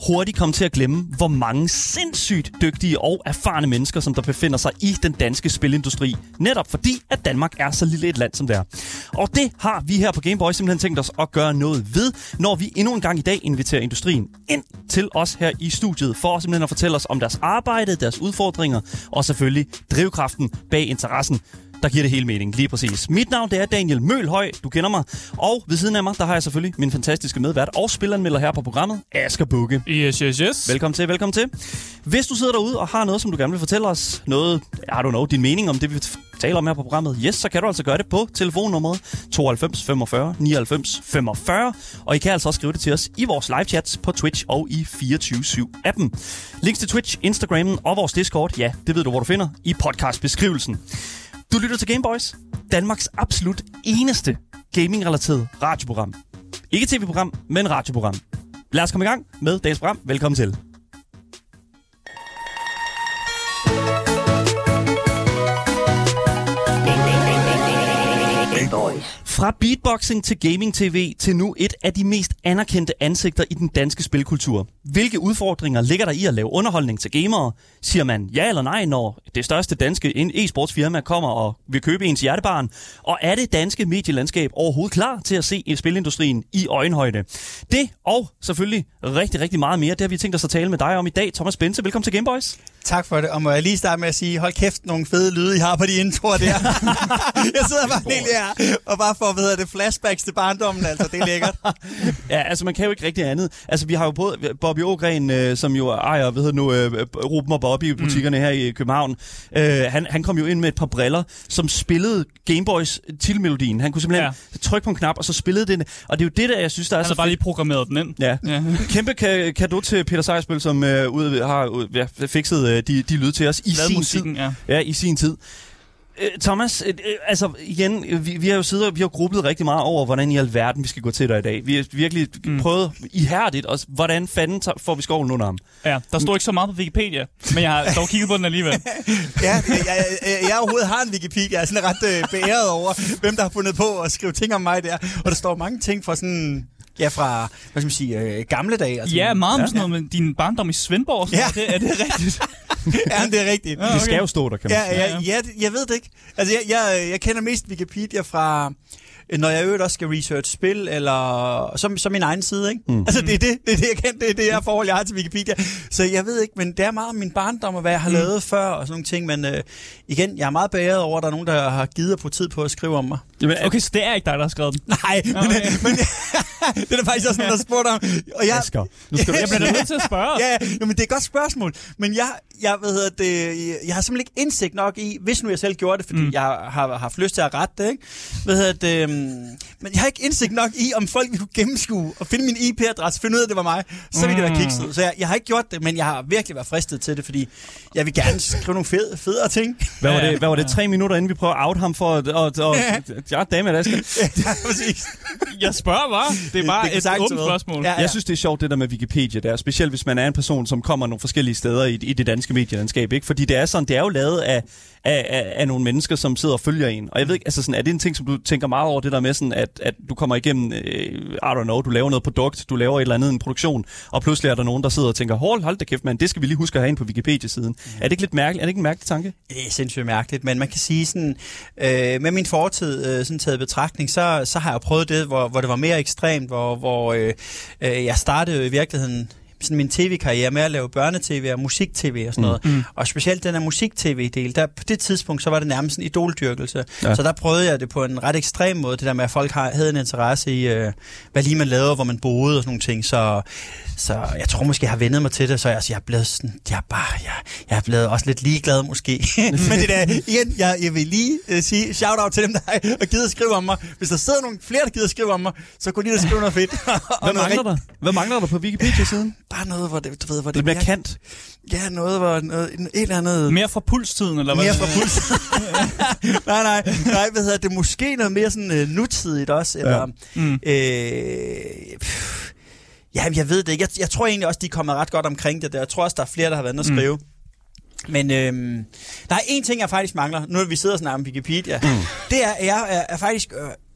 hurtigt komme til at glemme, hvor mange sindssygt dygtige og erfarne mennesker, som der befinder sig i den danske spilindustri. Netop fordi, at Danmark er så lille et land, som det er. Og det har vi her på Gameboys simpelthen tænkt os at gøre noget ved, når vi endnu en gang i dag inviterer industrien ind til os her i studiet, for simpelthen at fortælle os om deres arbejde, deres udfordringer og selvfølgelig drivkraften bag interessen, der giver det hele mening, lige præcis. Mit navn, det er Daniel Mølhøj, du kender mig. Og ved siden af mig, der har jeg selvfølgelig min fantastiske medvært og spilanmelder her på programmet, Asger Bugge. Yes. Velkommen til. Hvis du sidder derude og har noget, som du gerne vil fortælle os, noget, din mening om det, vi taler om her på programmet, så kan du altså gøre det på telefonnummeret 92 45 99 45. Og I kan altså også skrive det til os i vores live chats på Twitch og i 24/7-appen. Links til Twitch, Instagram og vores Discord, ja, det ved du, hvor du finder i podcastbeskrivelsen. Du lytter til Gameboys, Danmarks absolut eneste gaming-relateret radioprogram. Ikke tv-program, men radioprogram. Lad os komme i gang med dagens program. Velkommen til. Fra beatboxing til gaming-tv til nu et af de mest anerkendte ansigter i den danske spilkultur. Hvilke udfordringer ligger der i at lave underholdning til gamere? Siger man ja eller nej, når det største danske e-sportsfirma kommer og vil købe ens hjertebarn? Og er det danske medielandskab overhovedet klar til at se spilindustrien i øjenhøjde? Det og selvfølgelig rigtig, rigtig meget mere, det har vi tænkt os at tale med dig om i dag. Thomas Bense, velkommen til Gameboys. Tak for det, og må jeg lige starte med at sige, hold kæft, nogle fede lyde, I har på de introer der. Jeg sidder bare helt her og bare får, flashbacks til barndommen, altså, det er lækkert. Ja, altså, man kan jo ikke rigtig andet. Altså, vi har jo både Bobby Ågren, som jo ejer, Ruben og Bobby i butikkerne her i København. Han kom jo ind med et par briller, som spillede Gameboys titelmelodien. Han kunne simpelthen trykke på en knap, og så spillede den. Og det er jo det, der jeg synes, der er så fedt. Han har bare lige programmeret den ind. Ja. Kæmpe cadeau til Peter Sejersbøl, som har fikset de lyd til os i sin tid. Ja, i sin tid. Thomas, altså igen, vi har jo siddet og vi har grublet rigtig meget over, hvordan i alverden vi skal gå til dig i dag. Vi har virkelig prøvet ihærdigt også, hvordan fanden får vi skoven under ham. Ja, der står ikke så meget på Wikipedia, men jeg har dog kigget på den alligevel. Ja, jeg overhovedet har en Wikipedia. Jeg er sådan ret beæret over, hvem der har fundet på at skrive ting om mig der. Og der står mange ting fra sådan... Ja, fra, hvad skal man sige, gamle dage. Altså, ja, meget om sådan noget med din barndom i Svendborg og sådan noget. Er det rigtigt? Ja, det er rigtigt. Okay. Det skal jo stå der, kan man sige. Ja, jeg ved det ikke. Altså, jeg kender mest Wikipedia fra... Når jeg øvrigt også skal research spil, eller som min egen side, ikke? Altså, det er det, jeg kender, det er det her forhold, jeg har til Wikipedia. Så jeg ved ikke, men det er meget om min barndom, og hvad jeg har lavet før, og sådan nogle ting. Men igen, jeg er meget beæret over, at der er nogen, der har givet at bruge tid på at skrive om mig. Jamen, okay, så det er ikke dig, der har skrevet den? Nej, men det er der faktisk også nogen, der spurgte om. Og jeg bliver nødt til at spørge. Ja, men det er et godt spørgsmål. Men jeg har simpelthen ikke indsigt nok i, hvis nu jeg selv gjorde det, fordi jeg har haft lyst til at rette det, ikke? Men jeg har ikke indsigt nok i, om folk vil kunne gennemskue og finde min IP-adresse, finde ud af, at det var mig, så ville det være kikset. Så jeg har ikke gjort det, men jeg har virkelig været fristet til det, fordi jeg vil gerne skrive nogle federe ting. Hvad var det 3 minutter, inden vi prøver at out ham for ja, damer, ja, præcis. Jeg spørger bare. Det er bare et åbent spørgsmål. Ja. Jeg synes, det er sjovt, det der med Wikipedia der, specielt hvis man er en person, som kommer nogle forskellige steder i det danske medielandskab, ikke? Fordi det er sådan, det er jo lavet af nogle mennesker, som sidder og følger en. Og jeg ved ikke, altså sådan, er det en ting, som du tænker meget over, det der med sådan, at du kommer igennem, du laver noget produkt, du laver et eller andet, en produktion, og pludselig er der nogen, der sidder og tænker, hold da kæft, man, det skal vi lige huske at have ind på Wikipedia-siden. Er det ikke lidt mærkeligt? Er det ikke en mærkelig tanke? Det er sindssygt mærkeligt, men man kan sige sådan, med min fortid sådan taget betragtning, så har jeg prøvet det, hvor det var mere ekstremt, hvor jeg startede i virkeligheden sådan min tv-karriere med at lave børnetv og musik-tv og sådan noget. Og specielt den her musik-tv-del, der på det tidspunkt, så var det nærmest en idoldyrkelse. Ja. Så der prøvede jeg det på en ret ekstrem måde, det der med, at folk havde en interesse i, hvad lige man lavede, hvor man boede og sådan nogle ting. Så jeg tror måske, jeg har vendet mig til det, så jeg er blevet sådan, jeg er blevet også lidt ligeglad måske. Men det der, igen, jeg vil lige sige shout-out til dem, der har givet at skrive om mig. Hvis der sidder nogle flere, der gider at skrive om mig, så kunne de da skrive noget fedt. Hvad mangler der på Wikipedia-siden? Bare noget, hvor det, du ved, hvor det lidt mere kant. Ja, noget, hvor et eller andet... Mere fra pulstiden, eller hvad? Mere fra pulstiden. nej, hvad hedder det? Måske noget mere sådan nutidigt også, eller... Ja. Jeg ved det ikke. Jeg tror egentlig også, de er kommet ret godt omkring det der. Jeg tror også, der er flere, der har været inde at skrive. Men der er en ting, jeg faktisk mangler, nu når vi sidder og snakker om Wikipedia. Det er, jeg er faktisk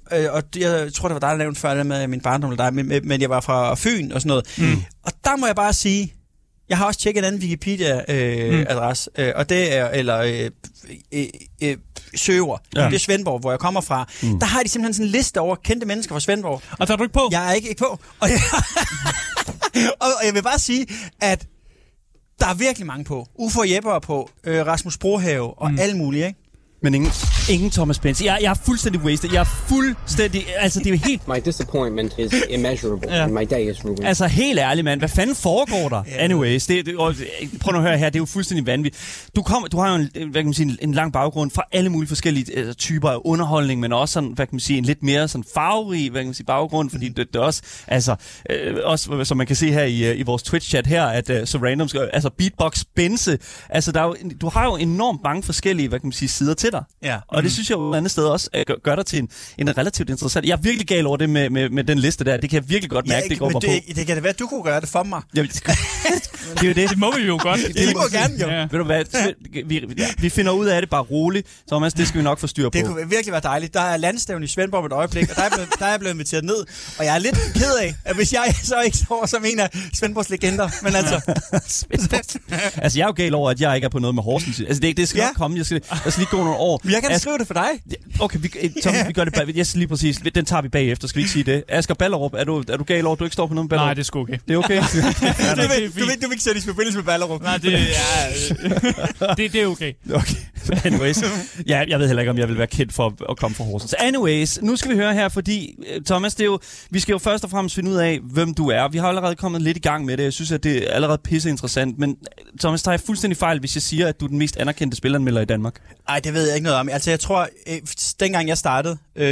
jeg tror, det var dig, der nævnte før det med min barndom eller dig, men jeg var fra Fyn og sådan noget. Og der må jeg bare sige, jeg har også tjekket en anden Wikipedia-adresse, og det er, Søger. Det er Svendborg, hvor jeg kommer fra. Der har de simpelthen sådan en liste over kendte mennesker fra Svendborg. Og der er du ikke på? Jeg er ikke på. Og jeg vil bare sige, at der er virkelig mange på. Uffe og Jeppe er på, Rasmus Brohave og alle mulige, ikke? Men ingen Thomas Benz. Jeg er fuldstændig wasted. Jeg er fuldstændig... Altså, det er jo helt... My disappointment is immeasurable, and my day is ruined. Altså, helt ærligt, mand. Hvad fanden foregår der? Anyways, prøv nu at høre her. Det er jo fuldstændig vanvittigt. Du har jo en lang baggrund fra alle mulige forskellige typer af underholdning, men også sådan, en lidt mere sådan farverig, baggrund, fordi det er også... Altså, også, som man kan se her i vores Twitch-chat her, at så random... Altså, Beatbox Benze. Altså, du har jo enormt mange forskellige, sider til dig. Ja. Og det synes jeg jo et andet sted også gør dig til en relativt interessant. Jeg er virkelig gal over det med den liste der. Det kan jeg virkelig godt mærke, det går mig på. Det kan det være, at du kunne gøre det for mig. Jamen, det er jo det. Det må vi jo godt. Det må gerne, jo. Ja. Ved du hvad? Vi finder ud af det bare roligt. Thomas, det skal vi nok få styr på. Det kunne virkelig være dejligt. Der er landstævn i Svendborg med et øjeblik, og der er jeg blevet inviteret ned. Og jeg er lidt ked af, at hvis jeg så ikke står som en af Svendborgs legender. Men altså... Altså, jeg er jo gal over, at jeg ikke er på noget med Horsens. Altså, det skal nok komme. Jeg skal lige gå nogle år. Men jeg kan skrive det for dig. Okay, vi gør det bare. Yes, lige præcis. Den tager vi bagefter. Skal vi ikke sige det? Asger Ballerup, er du gal over, at du ikke står på noget med Ballerup? Nej, det er sgu okay. Det er okay? Du vil ikke sætte i forbindelse med Ballerup. Nej, det er okay. Okay. Anyways. Ja, jeg ved heller ikke, om jeg vil være kendt for at komme fra Horsens. Anyways, nu skal vi høre her, fordi Thomas, vi skal jo først og fremmest finde ud af, hvem du er. Vi har allerede kommet lidt i gang med det. Jeg synes, at det er allerede pisse interessant. Men Thomas, tager jeg fuldstændig fejl, hvis jeg siger, at du er den mest anerkendte spilleranmelder i Danmark? Nej, det ved jeg ikke noget om. Altså, jeg tror, dengang jeg startede,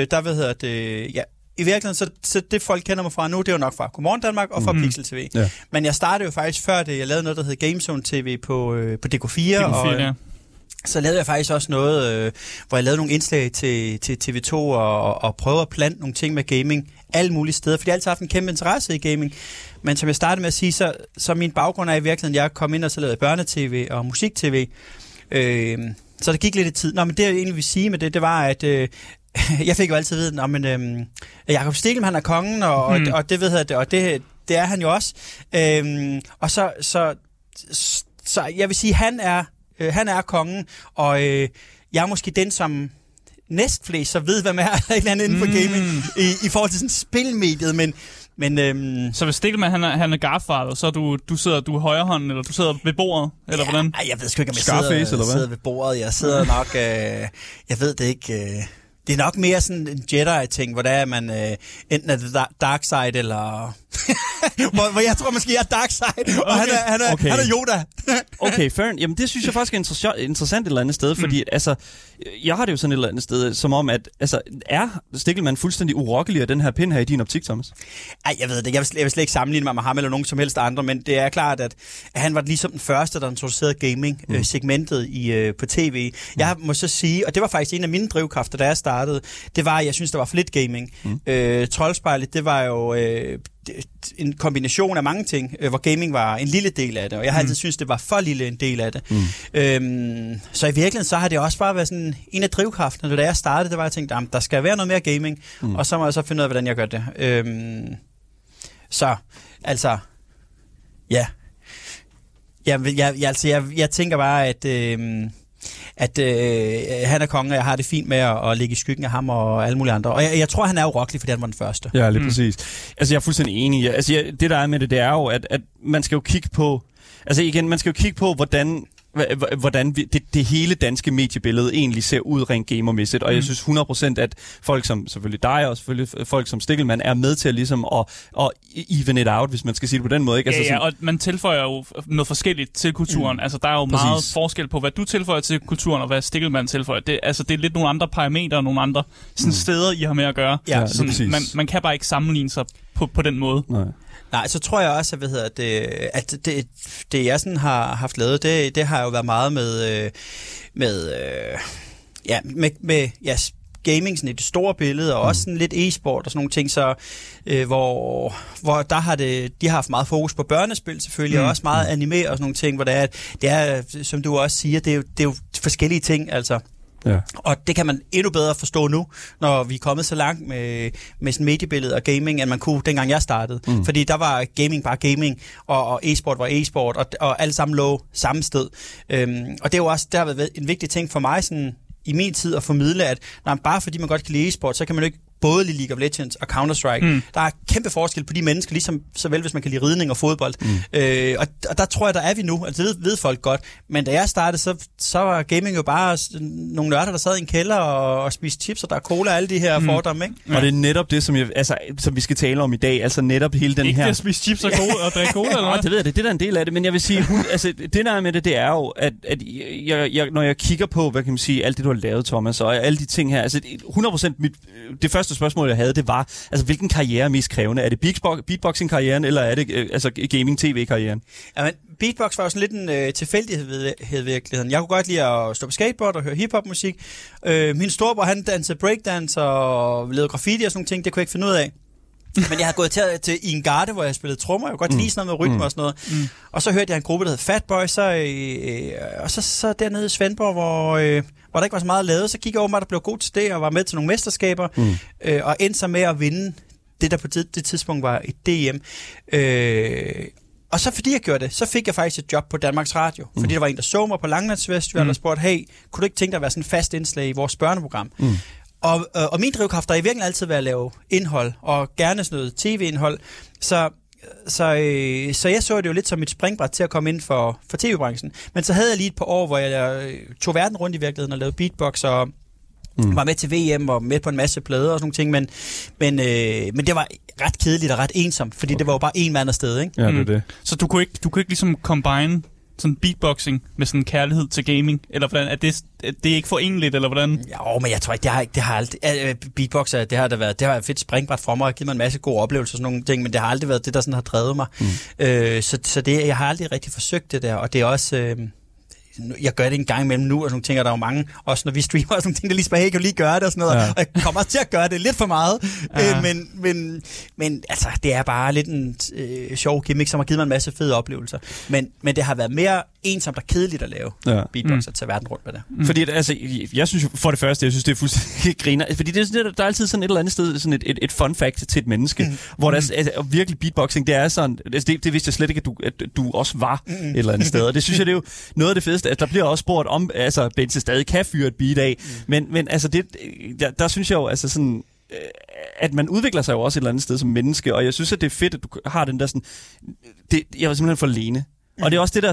i virkeligheden, så det folk kender mig fra nu, det er jo nok fra Godmorgen Danmark og fra Pixel TV. Ja. Men jeg startede jo faktisk før det. Jeg lavede noget, der hed Gamezone TV på DK4. Og så lavede jeg faktisk også noget, hvor jeg lavede nogle indslag til TV2 og prøvede at plante nogle ting med gaming alle mulige steder, fordi jeg altid har haft en kæmpe interesse i gaming. Men som jeg startede med at sige, så min baggrund er i virkeligheden, jeg kom ind og så lavede børnetv og musik-tv. Så der gik lidt tid. Nå, men det jeg egentlig vil sige med det var, at jeg fik jo altid at vide, Jakob Stegelmann, han er kongen, og det ved jeg, og det er han jo også. Og så jeg vil sige, han er kongen, og jeg er måske den, som næstflest så ved, hvad man er et eller andet inden for gaming i forhold til sådan spilmediet, men så hvis Stegelmann han er Garfather, så du er højre hånd, eller du sidder ved bordet, eller hvordan? Jeg ved sgu ikke, om jeg sidder ved bordet. Jeg sidder nok, jeg ved det ikke. Det er nok mere sådan en Jedi-ting, hvor der er man enten er det dark side, eller... hvor jeg tror måske, jeg er dark side, og okay. han er Yoda. Okay, fair. Jamen, det synes jeg faktisk er interessant et eller andet sted, fordi altså, jeg har det jo sådan et eller andet sted, som om, at altså, er Stegelmann fuldstændig urokkelig af den her pind her i din optik, Thomas? Ej, jeg ved det. Jeg vil slet ikke sammenligne mig med ham eller nogen som helst andre, men det er klart, at han var ligesom den første, der introducerede gaming-segmentet på tv. Jeg må så sige, og det var faktisk en af mine drivkræfter, da jeg startede, det var, at jeg synes, der var for lidt gaming. Troldspejlet, det var jo... en kombination af mange ting, hvor gaming var en lille del af det, og jeg har altid syntes, det var for lille en del af det. Så i virkeligheden, så har det også bare været sådan en af drivkraftene, da jeg startede, det var, at jeg tænkte, der skal være noget mere gaming, og så må jeg så finde ud af, hvordan jeg gør det. Så, altså, ja. Jeg tænker bare, at han er konge, og jeg har det fint med at ligge i skyggen af ham og alle mulige andre. Og jeg tror, han er urokkelig, fordi han var den første. Ja, lige præcis. Altså, jeg er fuldstændig enig. Altså, det der er med det er jo, at man skal jo kigge på... Altså igen, man skal jo kigge på, hvordan det hele danske mediebillede egentlig ser ud rent gamermæssigt. Og jeg synes 100%, at folk som selvfølgelig dig, og selvfølgelig folk som Stegelmann, er med til at ligesom at even it out, hvis man skal sige det på den måde. Ikke? Altså, ja, og man tilføjer jo noget forskelligt til kulturen. Altså, der er jo meget forskel på, hvad du tilføjer til kulturen, og hvad Stegelmann tilføjer. Det er lidt nogle andre parametre, nogle andre sådan steder, I har med at gøre. Ja, sådan, man kan bare ikke sammenligne sig på den måde. Nej, så tror jeg også, at det jeg sådan har haft lavet, det har jo været meget med gaming sådan i det store billede, og også sådan lidt e-sport og sådan nogle ting, så hvor der har de har haft meget fokus på børnespil selvfølgelig, og også meget anime og sådan nogle ting, hvor det er, som du også siger, det er jo forskellige ting, altså. Ja. Og det kan man endnu bedre forstå nu, når vi er kommet så langt med sådan mediebillede og gaming, end man kunne, dengang jeg startede. Fordi der var gaming bare gaming, og e-sport var e-sport, og alle sammen lå samme sted. Og det er jo også, der har været en vigtig ting for mig sådan, i min tid at formidle, at bare fordi man godt kan lide e-sport, så kan man jo ikke både lige League of Legends og Counter-Strike. Der er kæmpe forskel på de mennesker, ligesom så vel, hvis man kan lide ridning og fodbold. Og der tror jeg, der er vi nu. Altså, det ved folk godt. Men da jeg startede, så var gaming jo bare nogle nørder, der sad i en kælder og spiste chips, og der er cola og alle de her fordomme, ikke? Ja. Og det er netop det, som vi skal tale om i dag. Altså netop hele den ikke her... Ikke at spise chips og cola og drikke cola, eller hvad? Det ved jeg, det er der en del af det. Men jeg vil sige, det der er med det er jo, at jeg, når jeg kigger på, hvad kan man sige, alt det, du har lavet, Thomas, og alle de ting her, altså 100% det første spørgsmål, jeg havde, det var, altså hvilken karriere er mest krævende? Er det beatboxing-karrieren, eller er det gaming-tv-karrieren? Jamen, beatbox var jo sådan lidt en tilfældighed i virkeligheden. Jeg kunne godt lide at stå på skateboard og høre hiphop-musik. Min storebror, han dansede breakdance og lavede graffiti og sådan nogle ting, det kunne jeg ikke finde ud af. Men jeg havde gået til i en garde, hvor jeg spillede trommer. Jeg kunne godt lide sådan noget med rytme og sådan noget. Og så hørte jeg en gruppe, der hed Fatboy, og så dernede i Svendborg, hvor der ikke var så meget lavet, så gik jeg over, at der blev god til det, og var med til nogle mesterskaber, og endte så med at vinde det, der på det tidspunkt var et DM. Og så fordi jeg gjorde det, så fik jeg faktisk et job på Danmarks Radio. Fordi der var en, der så mig på Langelandsfestival og spurgte, hey, kunne du ikke tænke dig at være sådan en fast indslag i vores børneprogram? Og min drivkraft har i virkeligheden altid været at lave indhold, og gerne sådan noget tv-indhold. Så jeg så det jo lidt som et springbræt til at komme ind for tv-branchen. Men så havde jeg lige et par år, hvor jeg tog verden rundt i virkeligheden og lavede beatbox og var med til VM og med på en masse plader og sådan nogle ting. Men det var ret kedeligt og ret ensomt, fordi det var jo bare en mand afsted, ikke? Ja, det er det. Så du kunne ikke ligesom combine sådan beatboxing med sådan kærlighed til gaming, eller hvordan? Er det ikke foreneligt, eller hvordan? Jo, men jeg tror ikke, det har aldrig... Beatboxer, det har været et fedt springbræt for mig, og givet mig en masse gode oplevelser og sådan nogle ting, men det har aldrig været det, der sådan har drevet mig. Så det, jeg har aldrig rigtig forsøgt det der, og det er også... jeg gør det en gang imellem nu, og sådan ting, og der er jo mange, også når vi streamer, og sådan ting, der lige spørger, hey, kan du lige gøre det, og sådan noget, og jeg kommer også til at gøre det lidt for meget, men altså, det er bare lidt en sjov gimmick, som har givet mig en masse fede oplevelser, men det har været mere ensomt og kedeligt at lave beatbox og tage verden rundt med det. Fordi, altså, jeg synes for det første, det er fuldstændig griner, fordi det er, der er altid sådan et eller andet sted, sådan et fun fact til et menneske, hvor der er virkelig beatboxing, det er sådan, det vidste jeg slet ikke, at du også var et eller andet sted, og det synes jeg, det er jo noget af det fedeste. Altså, der bliver også spurgt om, altså, Bente stadig kan fyre et beat af, men altså, der synes jeg jo, altså sådan, at man udvikler sig jo også et eller andet sted som menneske, og jeg synes, at det er fedt, at du har den der sådan, jeg var simpelthen for alene. Og det er også det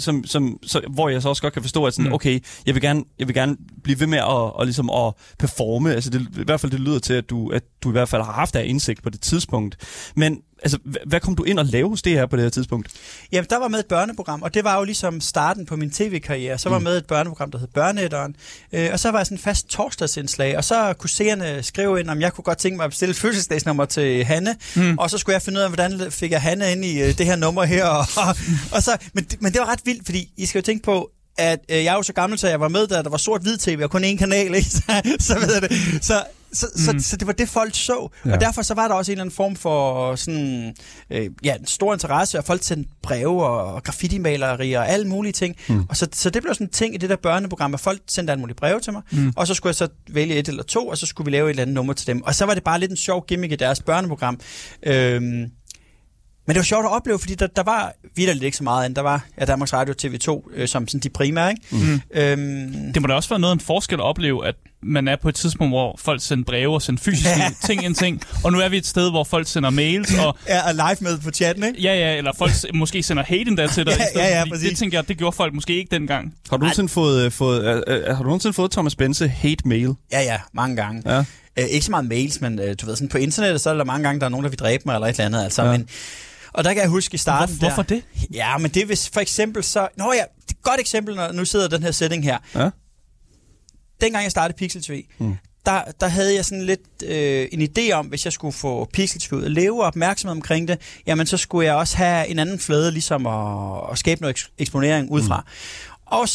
der, hvor jeg så også godt kan forstå, at sådan, okay, jeg vil gerne blive ved med at ligesom at performe. Altså i hvert fald det lyder til, at du i hvert fald har haft af indsigt på det tidspunkt. Men altså, hvad kom du ind og lave hos det her på det her tidspunkt? Jamen, der var med et børneprogram, og det var jo ligesom starten på min tv-karriere. Så var med et børneprogram, der hed Børneætteren, og så var jeg sådan en fast torsdagsindslag, og så kunne seerne skrive ind, om jeg kunne godt tænke mig at bestille fødselsdagsnummer til Hanne, og så skulle jeg finde ud af, hvordan fik jeg Hanne ind i det her nummer her, og så, men det var ret vildt, fordi I skal jo tænke på, at jeg er jo så gammel, så jeg var med, da der var sort-hvid tv, og kun én kanal, ikke? Så ved jeg det. Så det var det, folk så. Ja. Og derfor så var der også en eller anden form for sådan, en stor interesse, og folk sendte breve og graffiti-malerier og alle mulige ting. Og så det blev sådan en ting i det der børneprogram, at folk sendte alle mulige breve til mig, og så skulle jeg så vælge 1 eller 2, og så skulle vi lave et eller andet nummer til dem. Og så var det bare lidt en sjov gimmick i deres børneprogram. Men det var sjovt at opleve, fordi der var vitterligt ikke så meget andet. Der var Danmarks Radio TV2 som sådan de primære, ikke? Det må da også være noget af en forskel at opleve, at man er på et tidspunkt, hvor folk sender breve og sender fysiske ting, og nu er vi et sted, hvor folk sender mails og live med på chatten, ikke? Ja, eller folk måske sender hate endda til dig. Præcis. Det tænker jeg, det gjorde folk måske ikke dengang. Har du nogensinde fået Thomas Bense hate mail? Ja, mange gange. Ja. Ikke så meget mails, men du ved, sådan på internettet, så er der mange gange, der er nogen, der vil dræbe mig eller et eller andet, altså. Ja. Og der kan jeg huske i starten. Hvorfor det? Ja, men det er hvis for eksempel så... det er et godt eksempel, når nu sidder den her setting her. Ja. Dengang jeg startede Pixel TV, der havde jeg sådan lidt en idé om, hvis jeg skulle få Pixel TV ud at leve og opmærksomhed omkring det, jamen så skulle jeg også have en anden flade, ligesom at skabe noget eksponering udefra. Og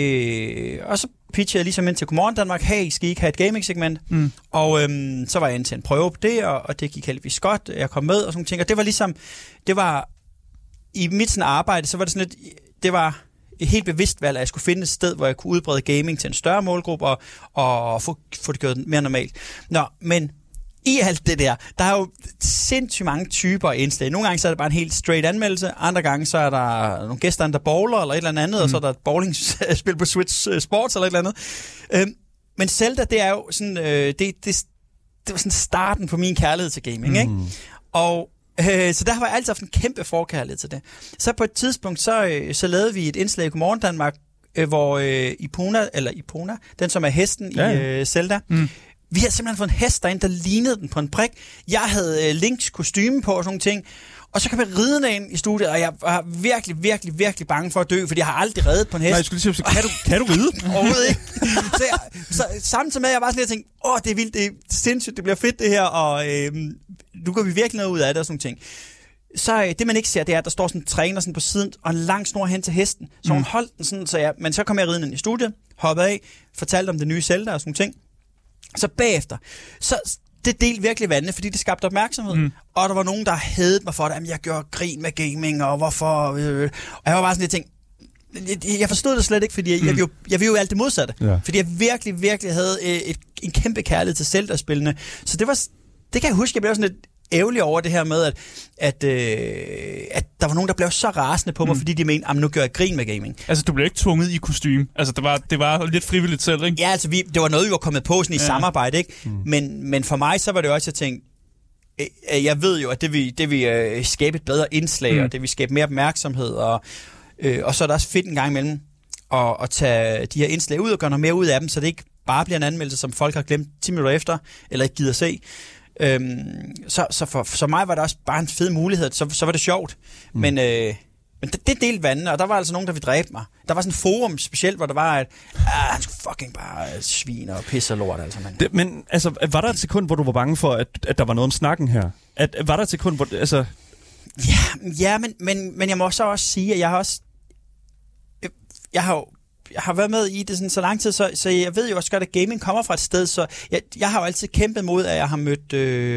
så pitchede jeg ligesom ind til Godmorgen Danmark, hey, skal I ikke have et gaming-segment? Og så var jeg inde til en prøve på det, og det gik heldigvis godt. Jeg kom med og sådan ting, og det var ligesom, det var i mit sådan arbejde, så var det sådan lidt, det var et helt bevidst valg, at jeg skulle finde et sted, hvor jeg kunne udbrede gaming til en større målgruppe og få det gjort mere normalt. Nå, men i alt det der er jo sindssygt mange typer af indslag. Nogle gange så er det bare en helt straight anmeldelse, andre gange så er der nogle gæster, der bowler eller et eller andet, og så er der et bowlingspil på Switch Sports eller et eller andet. Men Zelda, det er jo sådan, det var sådan starten på min kærlighed til gaming, ikke? Og så der har jeg altid haft en kæmpe forkærlighed til det. Så på et tidspunkt, så lavede vi et indslag i Godmorgen Danmark, hvor Ipona, den som er hesten i Zelda, vi har simpelthen fået en hest derinde, der lignede den på en prik. Jeg havde Links kostyme på og sådan nogle ting. Og så kom jeg ridende ind i studiet, og jeg var virkelig, virkelig, virkelig bange for at dø, fordi jeg har aldrig reddet på en hest. Nej, jeg skulle lige sige, kan du ride? Overhovedet ikke. Så samtidig med, at jeg bare sådan lidt tænkte, det er vildt, det er sindssygt, det bliver fedt det her, og nu går vi virkelig noget ud af det og sådan nogle ting. Så det man ikke ser, det er, at der står sådan en træner sådan på siden, og en lang snor hen til hesten. Så hun holdt den sådan, men så kom jeg ridende ind i studiet, hoppede af, fortalte om det nye Zelda og sådan nogle ting. Så bagefter, det delte virkelig vandene, fordi det skabte opmærksomhed. Og der var nogen, der havde mig for det, at jeg gjorde grin med gaming, og hvorfor... Og jeg var bare sådan lidt ting. Jeg forstod det slet ikke, fordi jeg vil jo alt det modsatte. Ja. Fordi jeg virkelig, virkelig havde en kæmpe kærlighed til Zelda-spillene. Så det kan jeg huske, jeg blev sådan lidt ærgerlig over det her med, at der var nogen, der blev så rasende på mig, fordi de mente, nu gør jeg grin med gaming. Altså, du blev ikke tvunget i kostume. Altså, det var lidt frivilligt selv, ikke? Ja, altså, det var noget, vi var kommet på sådan i samarbejde, ikke? Men for mig, så var det også, jeg tænkte, jeg ved jo, at det vil skabe et bedre indslag, og det vil skabe mere opmærksomhed, og så er det også fedt en gang imellem at tage de her indslag ud og gøre noget mere ud af dem, så det ikke bare bliver en anmeldelse, som folk har glemt 10 minutter efter, eller ikke gider se. Så for mig var det også bare en fed mulighed, så var det sjovt. Men det delte vandene, og der var altså nogen, der ville dræbe mig. Der var sådan et forum specielt, hvor der var, at han skulle fucking bare svine og pisse og lort. Altså, men altså, var der et sekund, hvor du var bange for, at der var noget om snakken her? Var der et sekund, hvor... Altså... Ja, men jeg må så også sige, at jeg har været med i det sådan så lang tid, så jeg ved jo også godt, at gaming kommer fra et sted, så jeg har jo altid kæmpet mod, at jeg har mødt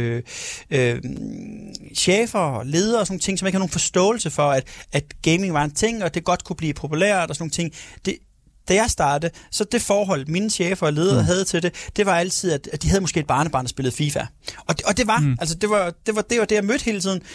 chefer og ledere og sådan nogle ting, som ikke har nogen forståelse for, at gaming var en ting, og det godt kunne blive populært og sådan nogle ting. Da jeg startede, så det forhold, mine chefer og ledere havde til det var altid, at de havde måske et barnebarn, der spillede FIFA. Og det var, altså det var det, jeg mødte hele tiden.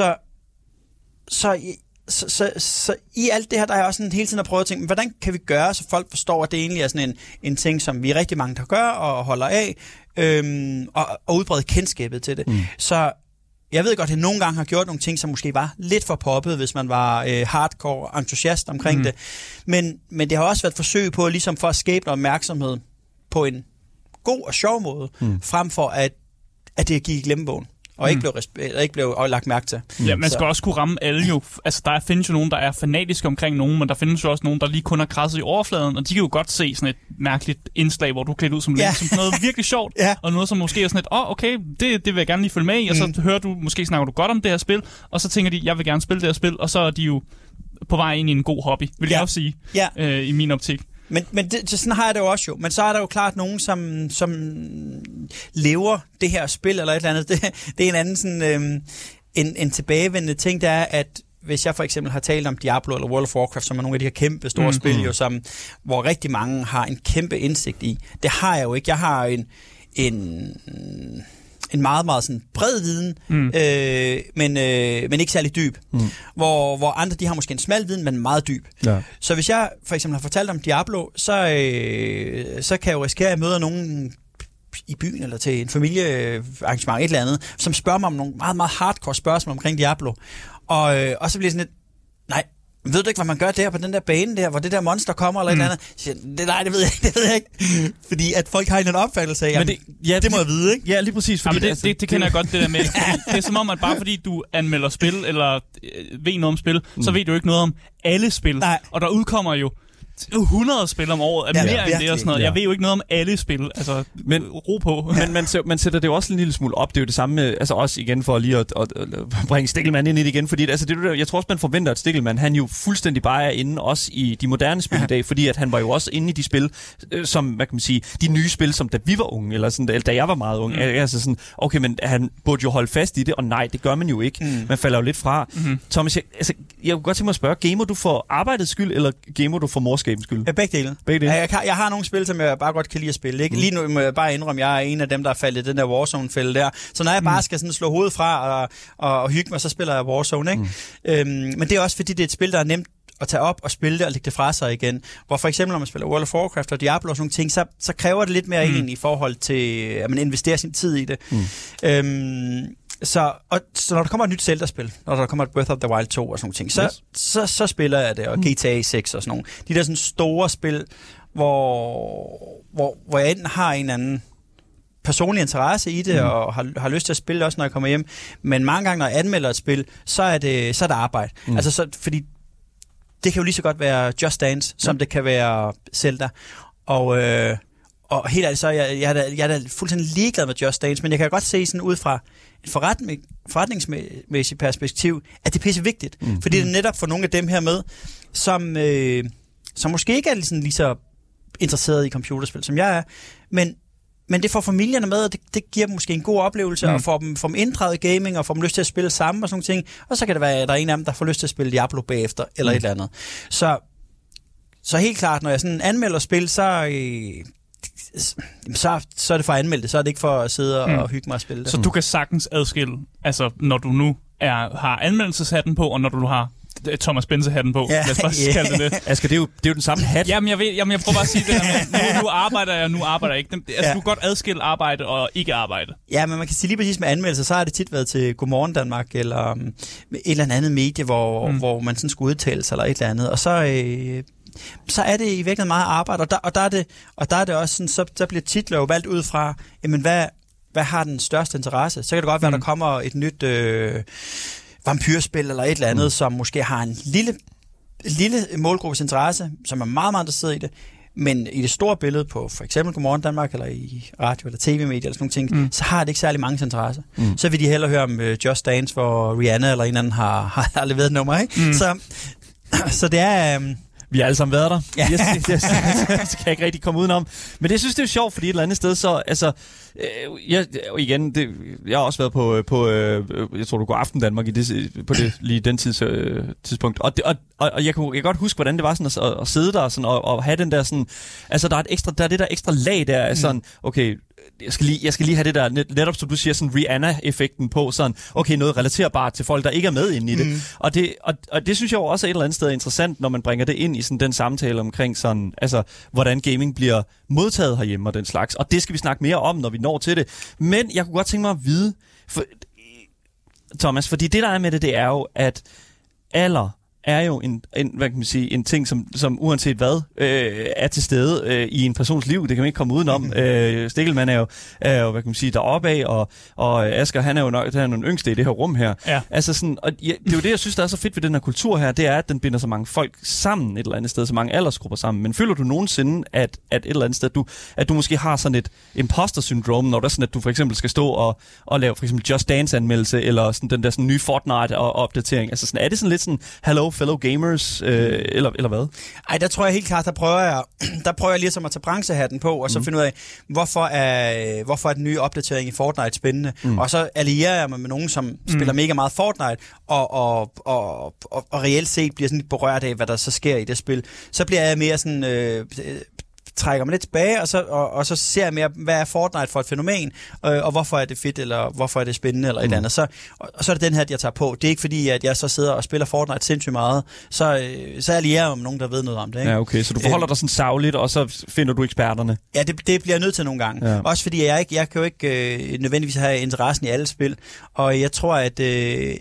Så i alt det her, der er jeg også sådan hele tiden at prøve at tænke, hvordan kan vi gøre, så folk forstår, at det egentlig er sådan en ting, som vi er rigtig mange, der gør og holder af, og udbrede kendskabet til det. Så jeg ved godt, at jeg nogle gange har gjort nogle ting, som måske var lidt for poppet, hvis man var hardcore entusiast omkring det. Men det har også været et forsøg på, ligesom for at skabe noget opmærksomhed på en god og sjov måde, frem for at det gik i glemmebogen. Og ikke blev lagt mærke til. Ja, man skal også kunne ramme alle jo. Altså, der findes jo nogen, der er fanatiske omkring nogen, men der findes jo også nogen, der lige kun har krasset i overfladen, og de kan jo godt se sådan et mærkeligt indslag, hvor du er klædt ud som Link, som noget virkelig sjovt, og noget, som måske er sådan et, okay, det vil jeg gerne lige følge med i, og så hører du, måske snakker du godt om det her spil, og så tænker de, jeg vil gerne spille det her spil, og så er de jo på vej ind i en god hobby, vil jeg også sige, i min optik. Men sådan har jeg det jo også jo. Men så er der jo klart nogen, som lever det her spil eller et eller andet. Det er en anden sådan, en tilbagevendende ting, der er, at hvis jeg for eksempel har talt om Diablo eller World of Warcraft, som er nogle af de her kæmpe store spil, jo, hvor rigtig mange har en kæmpe indsigt i. Det har jeg jo ikke. Jeg har en meget, meget sådan bred viden, men ikke særlig dyb. Hvor andre, de har måske en smal viden, men meget dyb. Ja. Så hvis jeg for eksempel har fortalt om Diablo, så kan jeg jo risikere, at jeg møder nogen i byen, eller til en familiearrangement, et eller andet, som spørger mig om nogle meget, meget hardcore spørgsmål omkring Diablo. Og så bliver sådan lidt, nej, ved du ikke, hvad man gør der på den der bane der, hvor det der monster kommer, eller et eller andet? Så nej, det ved jeg ikke. Fordi at folk har en opfattelse af, jamen, det må jeg vide, ikke? Ja, lige præcis. Fordi det kender jeg godt, det der med. Det er som om, at bare fordi du anmelder spil, eller ved noget om spil, så ved du ikke noget om alle spil. Nej. Og der udkommer jo 100 spil om året, mere end det og sådan noget. Jeg ved jo ikke noget om alle spil, altså ro på. Men man sætter det jo også en lille smule op. Det er jo det samme med, altså også igen for lige at bringe Stikkelmann ind i det igen, fordi altså, jeg tror også, man forventer, at Stikkelmann, han jo fuldstændig bare er inde også i de moderne spil i dag, fordi at han var jo også inde i de spil, som, hvad kan man sige, de nye spil, som da vi var unge, eller sådan, da jeg var meget ung. Altså sådan, okay, men han burde jo holde fast i det, og nej, det gør man jo ikke. Man falder jo lidt fra. Thomas, jeg kunne godt tænke mig at spørge, gamer du for arbejdets skyld, eller gamer du for morskabens skyld? Begge dele. Jeg har nogle spil, som jeg bare godt kan lide at spille. Ikke? Lige nu må jeg bare indrømme, jeg er en af dem, der er faldet i den der Warzone-fælde der. Så når jeg bare skal sådan slå hovedet fra og hygge mig, så spiller jeg Warzone. Ikke? Men det er også, fordi det er et spil, der er nemt at tage op og spille det og lægge det fra sig igen. Hvor for eksempel, når man spiller World of Warcraft og Diablo og sådan nogle ting, så kræver det lidt mere en i forhold til, at man investerer sin tid i det. Så når der kommer et nyt Zelda-spil, når der kommer et Breath of the Wild 2 og sådan nogle ting, så spiller jeg det, og GTA 6 og sådan nogle. De der sådan store spil, hvor jeg enten har en anden personlig interesse i det, og har lyst til at spille det også, når jeg kommer hjem. Men mange gange, når jeg anmelder et spil, så er det arbejde. Altså, fordi det kan jo lige så godt være Just Dance, som det kan være Zelda. Og helt ærligt, så jeg er da fuldstændig ligeglad med Just Dance, men jeg kan godt se sådan ud fra et forretningsmæssigt perspektiv, at det er pisse vigtigt. Fordi det er netop for nogle af dem her med, som måske ikke er lige så interesseret i computerspil, som jeg er, men det får familierne med, og det giver dem måske en god oplevelse, og får dem inddraget i gaming, og får dem lyst til at spille sammen og sådan nogle ting. Og så kan det være, at der er en af dem, der får lyst til at spille Diablo bagefter, eller et eller andet. Så helt klart, når jeg sådan anmelder spil, så er det for at anmelde det, så er det ikke for at sidde og hygge mig og spille det. Så du kan sagtens adskille, altså når du nu har anmeldelseshatten på, og når du har Thomas Bense-hatten på. Lad os bare kalde det. Asger, det er jo den samme hat. Jamen, jeg prøver bare at sige det her med, nu arbejder jeg, nu arbejder jeg ikke. Altså, du kan godt adskille arbejde og ikke arbejde. Ja, men man kan sige lige præcis med anmeldelser, så har det tit været til Godmorgen Danmark, eller et eller andet medie, hvor man sådan skulle udtale sig, eller et eller andet. Og så er det i virkeligheden meget arbejde, og der er det også sådan, så bliver titler jo valgt ud fra, jamen, hvad har den største interesse? Så kan det godt være, der kommer et nyt vampyrspil eller et eller andet, som måske har en lille målgruppes interesse, som er meget, meget interesseret i det. Men i det store billede på for eksempel Godmorgen Danmark, eller i radio eller tv-medier, eller sådan nogle ting, så har det ikke særlig mange interesse. Så vil de hellere høre om Just Dance, hvor Rihanna eller en anden har leveret et nummer, ikke? Så det er... Vi har alle sammen været der. Ja. Det kan jeg ikke rigtig komme udenom. Men det synes det er sjovt, fordi et eller andet sted, så altså, jeg har også været på jeg tror du går Aften Danmark lige den tidspunkt. Og jeg kan godt huske, hvordan det var sådan at sidde der sådan, og have den der sådan, altså der er det der ekstra lag der af sådan, okay, jeg skal lige have det der, netop som du siger, sådan Rihanna-effekten på, sådan, okay, noget relaterbart til folk, der ikke er med inde i det. Og det synes jeg jo også er et eller andet sted interessant, når man bringer det ind i sådan den samtale omkring sådan, altså, hvordan gaming bliver modtaget herhjemme og den slags. Og det skal vi snakke mere om, når vi når til det. Men jeg kunne godt tænke mig at vide, Thomas, fordi det der er med det er jo, at alder er jo hvad kan man sige, en ting, som uanset hvad er til stede i en persons liv. Det kan man ikke komme udenom. Stikkelmann er jo, hvad kan man sige, deroppe af, og Asger, han er jo nok den yngste i det her rum her. Ja. Altså sådan, og det er jo det, jeg synes, der er så fedt ved den her kultur her, det er, at den binder så mange folk sammen et eller andet sted, så mange aldersgrupper sammen. Men føler du nogensinde, at et eller andet sted, at du måske har sådan et imposter-syndrom, når der sådan, at du for eksempel skal stå og lave for eksempel Just Dance-anmeldelse, eller sådan den der sådan nye Fortnite-opdatering? Altså sådan, er det sådan lidt sådan, hello fellow gamers, eller hvad? Ej, der tror jeg helt klart, der prøver jeg ligesom at tage branchehatten på, og så finde ud af, hvorfor er den nye opdatering i Fortnite spændende. Og så allierer jeg mig med nogen, som spiller mega meget Fortnite, og reelt set bliver sådan lidt berørt af, hvad der så sker i det spil. Så bliver jeg mere sådan... trækker mig lidt tilbage, og så ser jeg mere, hvad er Fortnite for et fænomen, og hvorfor er det fedt, eller hvorfor er det spændende, eller et andet. Så er det den her, jeg tager på. Det er ikke fordi, at jeg så sidder og spiller Fortnite sindssygt meget, så allierer jeg om nogen, der ved noget om det. Ikke? Ja, okay, så du forholder dig sådan sagligt, og så finder du eksperterne? Ja, det bliver jeg nødt til nogle gange. Ja. Også fordi jeg kan jo ikke nødvendigvis have interessen i alle spil, og jeg tror, at...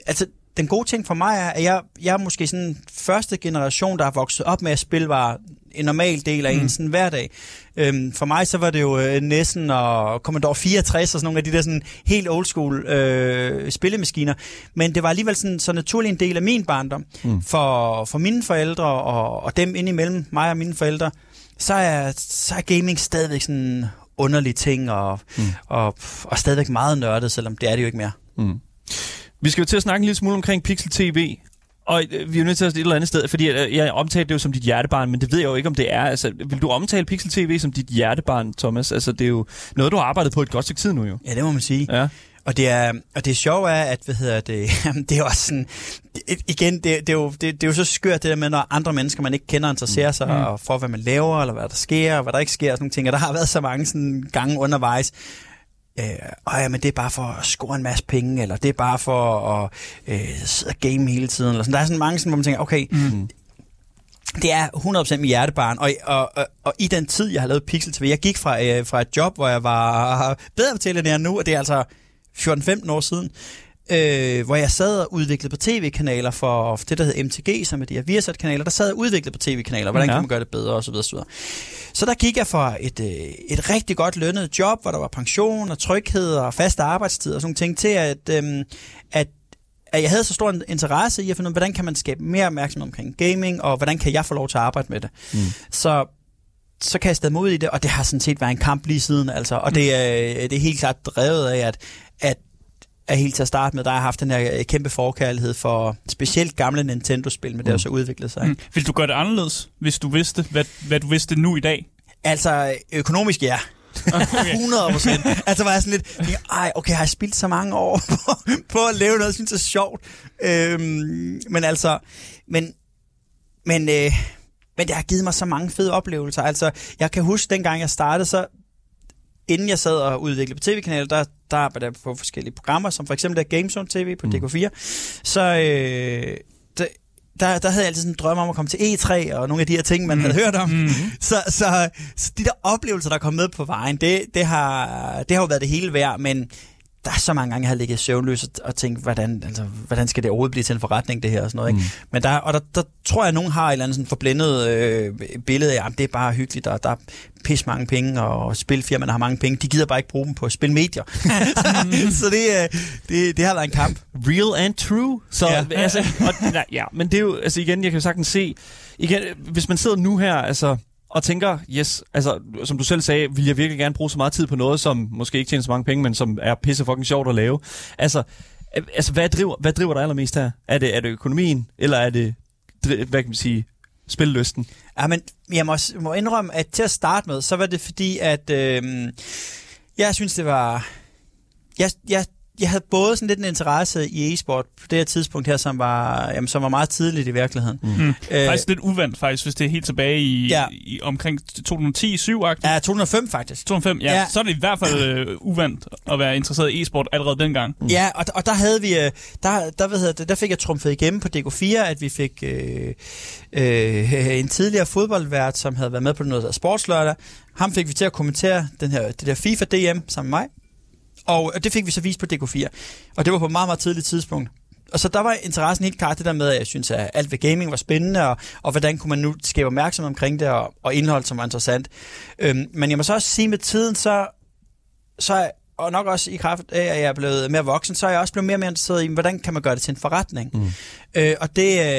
den gode ting for mig er, at jeg er måske sådan første generation, der har vokset op med at spille var en normal del af en sådan hverdag. For mig så var det jo Nessen og Commodore 64 og sådan nogle af de der sådan helt old school spillemaskiner. Men det var alligevel sådan så naturlig en del af min barndom. For mine forældre og dem indimellem, mig og mine forældre, så er gaming stadigvæk sådan en underlig ting og stadigvæk meget nørdet, selvom det er det jo ikke mere. Vi skal jo til at snakke en lille smule omkring Pixel TV. Og vi er nødt til at et eller andet sted, fordi jeg omtalte det jo som dit hjertebarn, men det ved jeg jo ikke, om det er. Altså, vil du omtale Pixel TV som dit hjertebarn, Thomas? Altså, det er jo noget, du har arbejdet på et godt stykke tid nu, jo. Ja, det må man sige. Ja. Og det sjove er, at det er også sådan, igen, det er jo så skørt det der med, når andre mennesker, man ikke kender, interesserer sig for, hvad man laver, eller hvad der sker, og hvad der ikke sker, og sådan nogle ting. Og der har været så mange sådan gange undervejs. Men det er bare for at score en masse penge, eller det er bare for at sidde og game hele tiden. Eller sådan. Der er sådan mange, sådan, hvor man tænker, okay, det er 100% mit hjertebarn. Og i den tid, jeg har lavet Pixel TV, jeg gik fra et job, hvor jeg var bedre betalt end jeg er nu, og det er altså 14-15 år siden, hvor jeg sad og udviklede på tv-kanaler for det, der hedder MTG, som er de her Viasat-kanaler. Der sad jeg og udviklede på tv-kanaler. Hvordan kan man gøre det bedre, og så videre, så videre. Så der gik jeg fra et rigtig godt lønnet job, hvor der var pension og tryghed og faste arbejdstid og sådan nogle ting, til at jeg havde så stor en interesse i at finde ud af, hvordan kan man skabe mere opmærksomhed omkring gaming, og hvordan kan jeg få lov til at arbejde med det. Så kastede jeg mig ud i det, og det har sådan set været en kamp lige siden, altså. Og det er helt klart drevet af, at helt til at starte med, der har haft den her kæmpe forkærlighed for specielt gamle Nintendo-spil, men det har så udviklet sig. Vil du gøre det anderledes, hvis du vidste, hvad du vidste nu i dag? Altså, økonomisk ja. 100%. Altså var jeg sådan lidt, har jeg spildt så mange år på at lave noget, jeg synes er sjovt. Men det har givet mig så mange fede oplevelser. Altså, jeg kan huske, dengang jeg startede, så inden jeg sad og udviklede på tv-kanaler, der arbejdede jeg på forskellige programmer, som for eksempel der Gamezone TV på DK4. Så der havde jeg altid sådan en drøm om at komme til E3 og nogle af de her ting, man havde hørt om. Så de der oplevelser, der kom med på vejen, det har jo været det hele værd, men der er så mange gange, jeg har ligget søvnløs og tænkt, hvordan skal det overhovedet blive til en forretning, det her og sådan noget, ikke? Men der tror jeg, at nogen har et eller andet sådan forblændet billede af, at det er bare hyggeligt, og der er pis mange penge, og spilfirmaerne har mange penge. De gider bare ikke bruge dem på spilmedier. Så det har været en kamp. Real and true. Så, men det er jo, altså igen, jeg kan jo sagtens se, igen, hvis man sidder nu her, altså, og tænker, yes, altså, som du selv sagde, vil jeg virkelig gerne bruge så meget tid på noget, som måske ikke tjener så mange penge, men som er pisse fucking sjovt at lave. Altså hvad driver dig allermest her? Er det økonomien, eller er det, hvad kan man sige, spillelysten? Ja, men jeg må indrømme, at til at starte med, så var det fordi, at jeg synes, det var... Jeg havde både sådan lidt en interesse i e-sport på det her tidspunkt her, som var meget tidligt i virkeligheden. Faktisk lidt uvandt, faktisk, hvis det er helt tilbage i omkring 2010-7-agtigt. Ja, 2005 faktisk. 2005, ja. Så er det i hvert fald uvandt at være interesseret i e-sport allerede dengang. Ja, og der havde vi, der fik jeg trumfet igennem på DK4, at vi fik en tidligere fodboldvært, som havde været med på noget af Sportslørdag. Ham fik vi til at kommentere det der FIFA DM sammen med mig. Og det fik vi så vist på DK4. Og det var på et meget, meget tidligt tidspunkt. Og så der var interessen helt klart det der med, at jeg synes, at alt ved gaming var spændende, og hvordan kunne man nu skabe opmærksomhed omkring det, og indhold, som var interessant. Men jeg må så også sige, med tiden, så og nok også i kraft af, at jeg er blevet mere voksen, så er jeg også blevet mere og mere interesseret i, hvordan kan man gøre det til en forretning. Og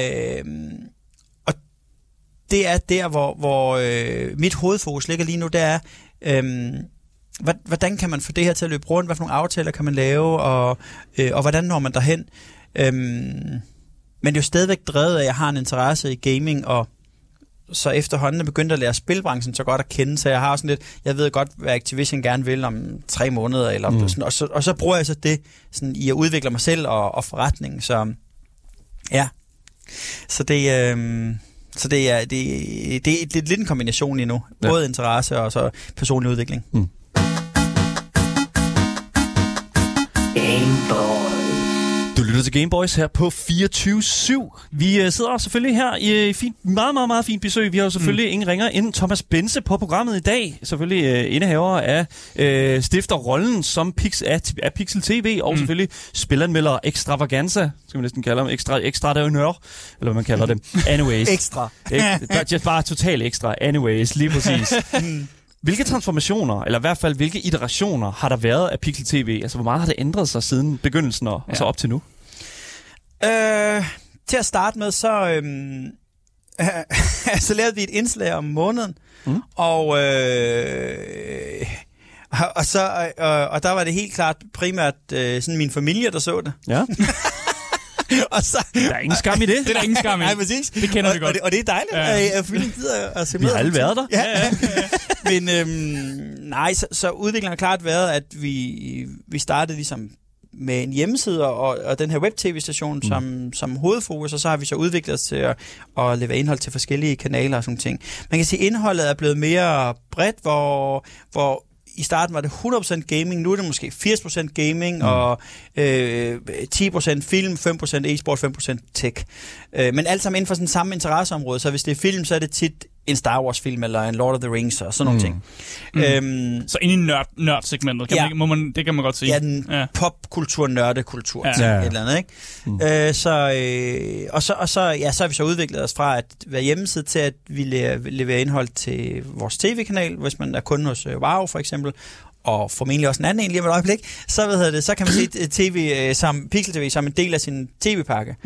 det er der, hvor mit hovedfokus ligger lige nu, det er... Hvordan kan man få det her til at løbe rundt? Hvad for nogle aftaler kan man lave? Og hvordan når man derhen? Men det er jo stadigvæk drevet af, at jeg har en interesse i gaming, og så efterhånden er begyndt at lære spilbranchen så godt at kende, så jeg har sådan lidt, jeg ved godt, hvad Activision gerne vil om 3 måneder, eller sådan, og så bruger jeg så det sådan, i at udvikle mig selv og forretningen. Så ja, så det er lidt en kombination endnu. Både interesse og så personlig udvikling. Du lytter til Gameboys her på 24/7. Vi sidder selvfølgelig her i meget, meget, meget fint besøg. Vi har jo selvfølgelig ingen ringer end Thomas Bense på programmet i dag. Selvfølgelig indehaver af stifterrollen som af Pixel TV, og selvfølgelig spilanmelder extravaganza, skal man næsten kalde ham, extra-døgnør, eller hvad man kalder det. Anyways. Ekstra. Bare totalt ekstra. Anyways, lige præcis. Hvilke transformationer, eller i hvert fald hvilke iterationer har der været af Pixel TV? Altså, hvor meget har det ændret sig siden begyndelsen og så op til nu? Til at starte med, så lavede vi et indslag om måneden, og der var det helt klart primært sådan min familie, der så det. Ja. Og så, der er ingen skam i det. Det er der ingen skam i. Nej, præcis. Det kender vi godt. Og det er dejligt, at familien gider at se med. Vi har alle været der. Ja. Men så udviklingen har klart været, at vi startede ligesom med en hjemmeside og den her web-tv-station som hovedfokus, og så har vi så udviklet os til at levere indhold til forskellige kanaler og sådan ting. Man kan sige, at indholdet er blevet mere bredt, hvor i starten var det 100% gaming, nu er det måske 80% gaming, og 10% film, 5% e-sport, 5% tech. Men alt sammen inden for sådan samme interesseområde, så hvis det er film, så er det tit en Star Wars-film, eller en Lord of the Rings, og sådan nogle ting. Så ind i nørd-segmentet, det kan man godt sige. Ja, den popkultur, nørdekultur, et eller andet, ikke? Så har vi så udviklet os fra at være hjemmeside til, at vi leverer indhold til vores tv-kanal, hvis man er kunde hos WoW, for eksempel, og formentlig også en anden lige om et øjeblik, så kan man se TV som Pixel TV som en del af sin tv-pakke.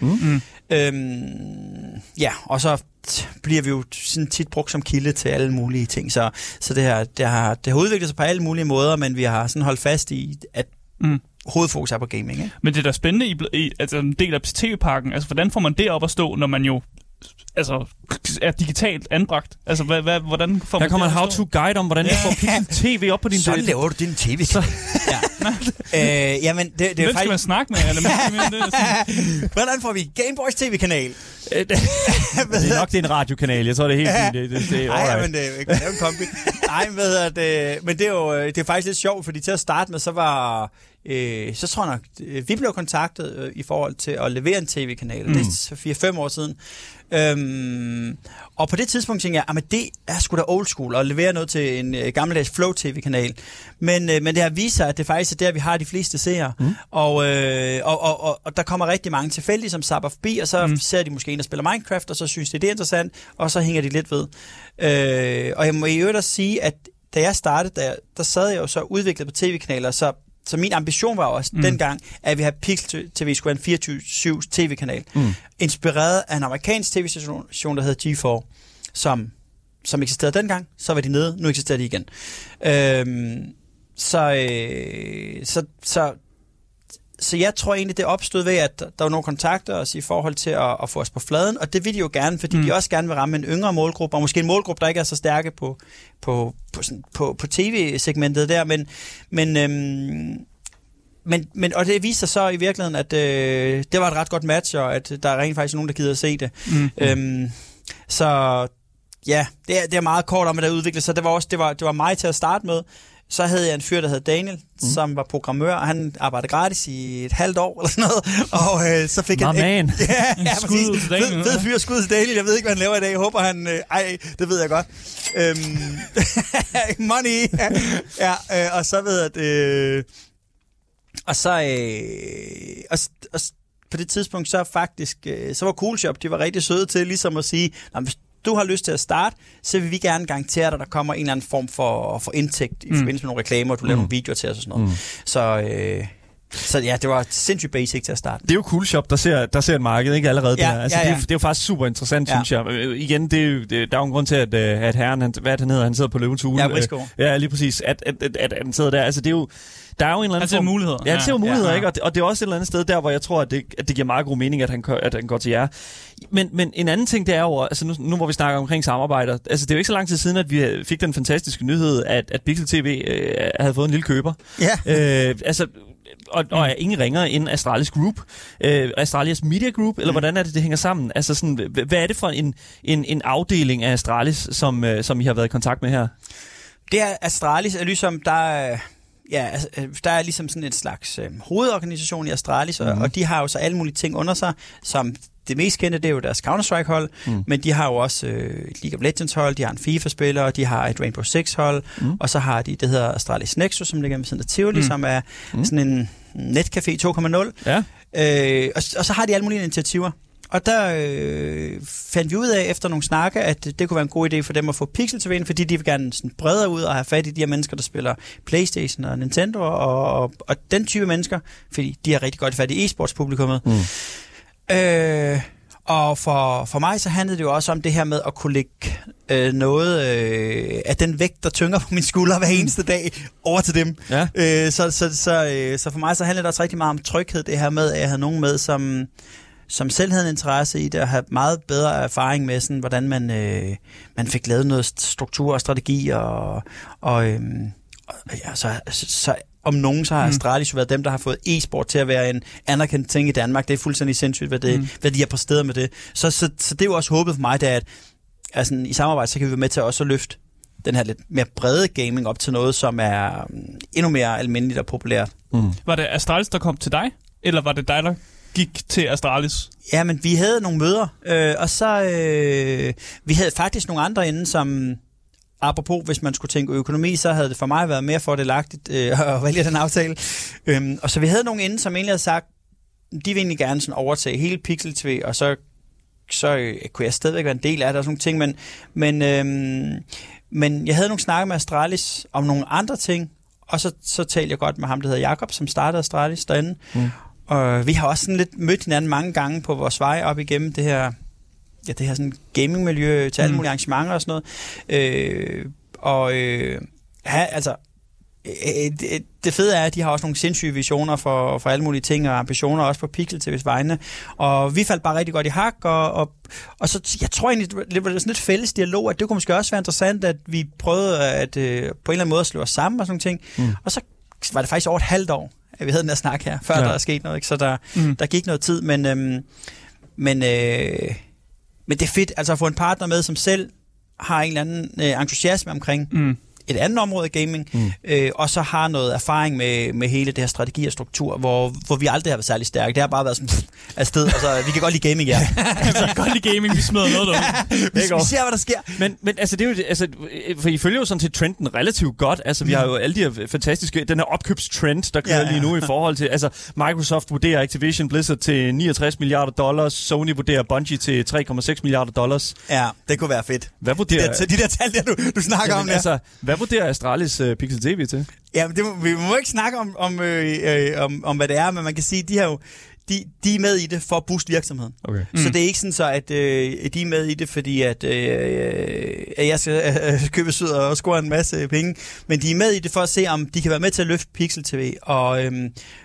Og så bliver vi jo sådan tit brugt som kilde til alle mulige ting. Så det har udviklet sig på alle mulige måder, men vi har sådan holdt fast i, at hovedfokus er på gaming. Ikke? Men det er da spændende i altså en del af tv-pakken. Altså, hvordan får man det op at stå, når man jo er digitalt anbragt? Altså, hvordan får man der kommer en how-to-guide om, hvordan du får Pixel TV op på din Så laver du din tv. Jamen, det er hvem skal man snakke med? Eller hvordan får vi Gameboys tv-kanal? Det er nok det er en radiokanal. Jeg tror, det er helt fint. Nej, men det kan lave en kombi. Nej, men det er faktisk lidt sjovt, fordi til at starte med, så tror jeg nok, vi blev kontaktet i forhold til at levere en tv-kanal. Det er 4-5 år siden. Og på det tidspunkt tænkte jeg, at det er sgu da old school at levere noget til en gammeldags Flow TV-kanal. Men det har vist sig, at det faktisk er der, vi har de fleste seere. Og der kommer rigtig mange tilfældige, som zapper forbi, og så ser de måske en, der spiller Minecraft, og så synes det er interessant, og så hænger de lidt ved. Og jeg må i øvrigt også sige, at da jeg startede, der sad jeg jo så udviklet på tv-kanaler, så min ambition var også dengang, at vi havde Pixel TV skulle have en 24/7 tv-kanal. Inspireret af en amerikansk tv-station, der hedder G4, som eksisterede dengang. Så var de nede, nu eksisterer de igen. Så jeg tror egentlig, det opstod ved, at der var nogle kontakter os i forhold til at få os på fladen, og det vil de jo gerne, fordi de også gerne vil ramme en yngre målgruppe, og måske en målgruppe, der ikke er så stærke på tv-segmentet der, men og det viser sig så i virkeligheden, at det var et ret godt match, og at der er rent faktisk nogen, der gider at se det. Så ja, det er meget kort om, at det udviklede sig. Det var mig til at starte med. Så havde jeg en fyr, der hed Daniel, som var programmør, og han arbejdede gratis i et halvt år, eller sådan noget, og så fik han... Skud til Daniel. Fed fyr, skud til Daniel. Jeg ved ikke, hvad han laver i dag. Jeg håber, han... det ved jeg godt. Money! Og så ved jeg, og på det tidspunkt, så faktisk... Så var Coolshop, de var rigtig søde til ligesom at sige, hvis du har lyst til at starte, så vil vi gerne garantere dig, at der kommer en eller anden form for indtægt i forbindelse med nogle reklamer, og du laver nogle videoer til os og sådan noget. Så ja, det var sindssygt basic til at starte. Det er jo Coolshop, der ser et marked, ikke allerede der. Altså, det er jo faktisk super interessant, synes jeg. Igen, der er jo en grund til, at herren, han sidder på løvens hule. Ja, Briscoe. Ja, lige præcis. At han sidder der. Altså, det er jo... Der er jo en eller anden form... muligheder. Ja, det ser jo muligheder, ikke? Og det er også et eller andet sted der, hvor jeg tror, at det giver meget god mening, at han går til jer. Men en anden ting, det er jo... Altså nu hvor vi snakker omkring samarbejder... Altså, det er jo ikke så lang tid siden, at vi fik den fantastiske nyhed, at Pixel TV havde fået en lille køber. Ja. Og er ingen ringer end Astralis Group, Astralis Media Group, eller hvordan er det hænger sammen? Altså sådan, hvad er det for en afdeling af Astralis, som I har været i kontakt med her? Det er Astralis, er ligesom, der Ja, altså, der er ligesom sådan et slags hovedorganisation i Astralis, og de har jo så alle mulige ting under sig, som det mest kendte, det er jo deres Counter-Strike-hold, men de har jo også League of Legends-hold, de har en FIFA-spiller, de har et Rainbow Six-hold, og så har de, det hedder Astralis Nexus, som ligger ved siden af Tivoli, som er sådan en netcafé 2.0. Ja. Og så har de alle mulige initiativer. Og der fandt vi ud af efter nogle snakke, at det kunne være en god idé for dem at få Pixel TV ind, fordi de vil gerne sådan bredere ud og have fat i de her mennesker, der spiller PlayStation og Nintendo og den type mennesker, fordi de har rigtig godt fat i e-sports-publikummet. Og for mig så handlede det jo også om det her med at kunne lægge noget af den vægt, der tynger på mine skuldre hver eneste dag, over til dem. Ja. Så for mig så handlede det også rigtig meget om tryghed, det her med, at jeg havde nogen med, som selv havde en interesse i det, og havde meget bedre erfaring med, sådan, hvordan man fik lavet noget struktur og strategi, så om nogen, så har Astralis jo været dem, der har fået e-sport til at være en anerkendt ting i Danmark. Det er fuldstændig sindssygt, hvad de har præsteret med det. Så det er jo også håbet for mig, det er, at altså, i samarbejde, så kan vi være med til også at løfte den her lidt mere brede gaming op til noget, som er endnu mere almindeligt og populært. Var det Astralis, der kom til dig? Eller var det dig, der gik til Astralis? Ja, men vi havde nogle møder, og så vi havde faktisk nogle andre inde, som apropos, hvis man skulle tænke økonomi, så havde det for mig været mere fordelagtigt at vælge den aftale. Og så vi havde nogle inde, som egentlig havde sagt, de vil egentlig gerne sådan overtage hele Pixel TV, og så kunne jeg stadigvæk være en del af det og sådan nogle ting, men jeg havde nogle snakke med Astralis om nogle andre ting, og så talte jeg godt med ham, der hedder Jakob, som startede Astralis derinde. Og vi har også sådan lidt mødt hinanden mange gange på vores vej op igennem det her sådan gamingmiljø til alle mulige arrangementer og sådan noget. Altså det fede er, at de har også nogle sindssyge visioner for alle mulige ting og ambitioner også på Pixel TV's vegne. Og vi faldt bare rigtig godt i hak, og så jeg tror egentlig, det var sådan lidt fælles dialog, at det kunne måske også være interessant, at vi prøvede at på en eller anden måde at slå os sammen og sådan nogle ting. Og så var det faktisk over et halvt år, at vi havde den der snak her, før der er sket noget, ikke? Så der gik noget tid, men det er fedt altså at få en partner med, som selv har en eller anden entusiasme omkring et andet område af gaming, og så har noget erfaring med hele det her strategi og struktur, hvor vi aldrig har været særlig stærke. Det har bare været sådan afsted, og så vi kan godt lide gaming, ja. Vi kan godt lide gaming, vi smider noget derude. Vi ser, hvad der sker. Men altså, det er jo, altså, for I følger jo sådan til trenden relativt godt. Altså, vi har jo alle de her fantastiske, den her opkøbstrend, der kører lige nu i forhold til, altså, Microsoft vurderer Activision Blizzard til $69 milliarder, Sony vurderer Bungie til $3,6 milliarder. Ja, det kunne være fedt. Hvad vurderer... De der tal, der du snakker om, altså, hvad vurderer Astralis Pixel TV til? Ja, vi må ikke snakke om hvad det er, men man kan sige, de er med i det for at booste virksomheden. Okay. Så det er ikke sådan så, at de er med i det, fordi at jeg skal købe syd og score en masse penge, men de er med i det for at se, om de kan være med til at løfte Pixel TV. Og er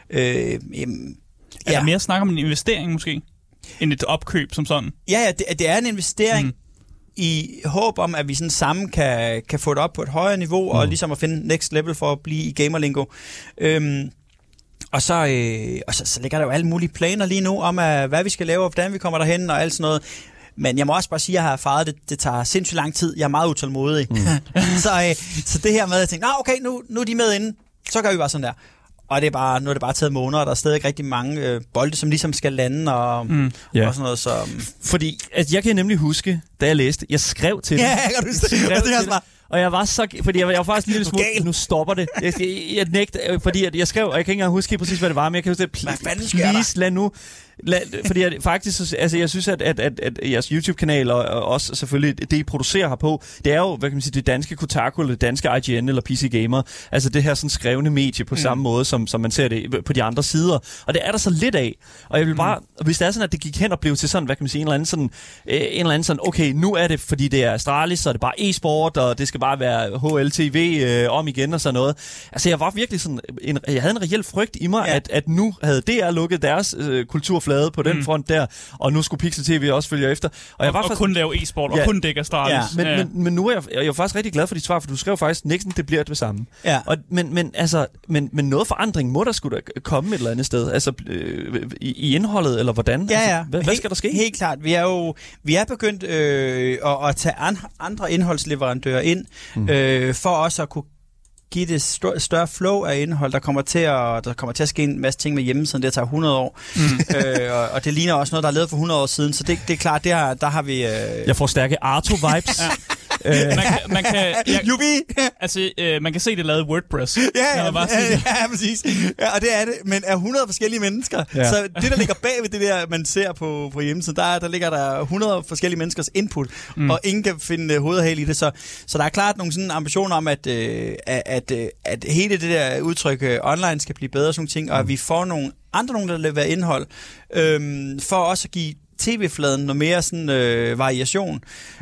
der mere snak om en investering måske, end et opkøb som sådan? Ja, det er en investering, i håb om, at vi sådan sammen kan få det op på et højere niveau, og ligesom at finde next level for at blive i gamerlingo. Og så ligger der jo alle mulige planer lige nu om, hvad vi skal lave, og hvordan vi kommer derhen, og alt sådan noget. Men jeg må også bare sige, at jeg har erfaret, det tager sindssygt lang tid. Jeg er meget utålmodig. Så det her med, at jeg tænkte, okay, nu er de med inde, så gør vi bare sådan der. Og nu er det bare taget måneder, og der er stadig rigtig mange bolde, som ligesom skal lande, og sådan noget. Så... Fordi jeg kan nemlig huske, da jeg læste, jeg skrev til dem. Ja, jeg kan huske det. Og jeg var så... Fordi jeg var faktisk en lille smule... Nu stopper det. Jeg nægte, fordi jeg skrev, og jeg kan ikke engang huske præcis, hvad det var, men jeg kan huske det. Please, lad nu... Fordi faktisk, altså jeg synes, at jeres YouTube-kanal, og også selvfølgelig det, I producerer herpå, det er jo, hvad kan man sige, det danske Kotaku, eller det danske IGN, eller PC Gamer. Altså det her sådan skrevne medie på samme måde, som man ser det på de andre sider. Og det er der så lidt af. Og jeg vil bare... Hvis det er sådan, at det gik hen og blev til sådan, hvad kan man sige, en eller anden sådan, okay, nu er det, fordi det er Astralis, så er det bare e-sport, og det skal bare være HLTV om igen og sådan noget. Altså jeg var virkelig sådan... Jeg havde en reel frygt i mig, at nu havde DR lukket deres kulturflade på den front der, og nu skulle Pixel TV også følge efter. Og jeg var faktisk kun lave e-sport, og kun dække Astralis. Ja. Men nu er jeg faktisk rigtig glad for dit svar, for du skrev faktisk, næsten det bliver det samme. Ja. Og, men noget forandring må der skulle da komme et eller andet sted, altså i indholdet, eller hvordan? Ja. Altså, hvad skal der ske? Helt klart. Vi er begyndt at tage andre indholdsleverandører ind, for også at kunne give det større flow af indhold. Der kommer til at ske en masse ting med hjemmesiden. Det tager 100 år. Og det ligner også noget, der er lavet for 100 år siden. Så det er klart, der har vi... Jeg får stærke Arto-vibes. Man kan se, det er lavet WordPress. Ja, præcis. Ja, og det er det, men er 100 forskellige mennesker. Ja. Så det, der ligger bag ved det der, man ser på hjemmesiden, der ligger der 100 forskellige menneskers input, og ingen kan finde hovedhæl i det. Så der er klart nogle sådan ambitioner om, at hele det der udtryk online skal blive bedre, sådan ting, og at vi får nogle andre, der leverer indhold, for også at give tv-fladen noget mere sådan variation.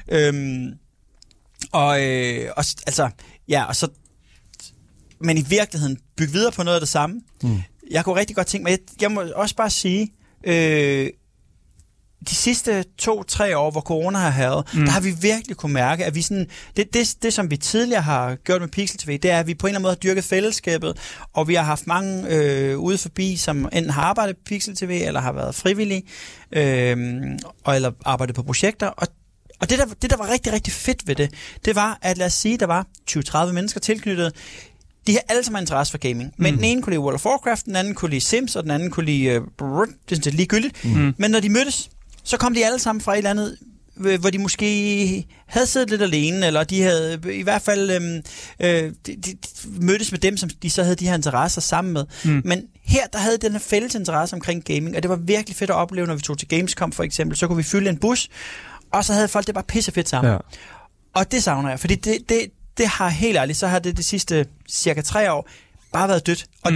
Og så, men i virkeligheden bygge videre på noget af det samme. Jeg kunne rigtig godt tænke mig, jeg må også bare sige, de sidste 2-3 år, hvor corona har havet, der har vi virkelig kunne mærke, at vi sådan, det som vi tidligere har gjort med Pixel TV, det er, at vi på en eller anden måde har dyrket fællesskabet, og vi har haft mange ude forbi, som enten har arbejdet på Pixel TV, eller har været frivillige, eller arbejdet på projekter, og det, der var rigtig, rigtig fedt ved det var, at lad os sige, der var 20-30 mennesker tilknyttet. De har alle sammen interesse for gaming. Men den ene kunne lide World of Warcraft, den anden kunne lide Sims, og den anden kunne lide... det er ligegyldigt. Men når de mødtes, så kom de alle sammen fra et eller andet, hvor de måske havde siddet lidt alene, eller de havde i hvert fald de mødtes med dem, som de så havde de her interesser sammen med. Men her, der havde den her fælles interesse omkring gaming, og det var virkelig fedt at opleve, når vi tog til Gamescom for eksempel. Så kunne vi fylde en bus, og så havde folk det bare pissefedt sammen. Ja. Og det savner jeg, fordi det har helt ærligt, så har det de sidste cirka 3 år bare været dødt. Og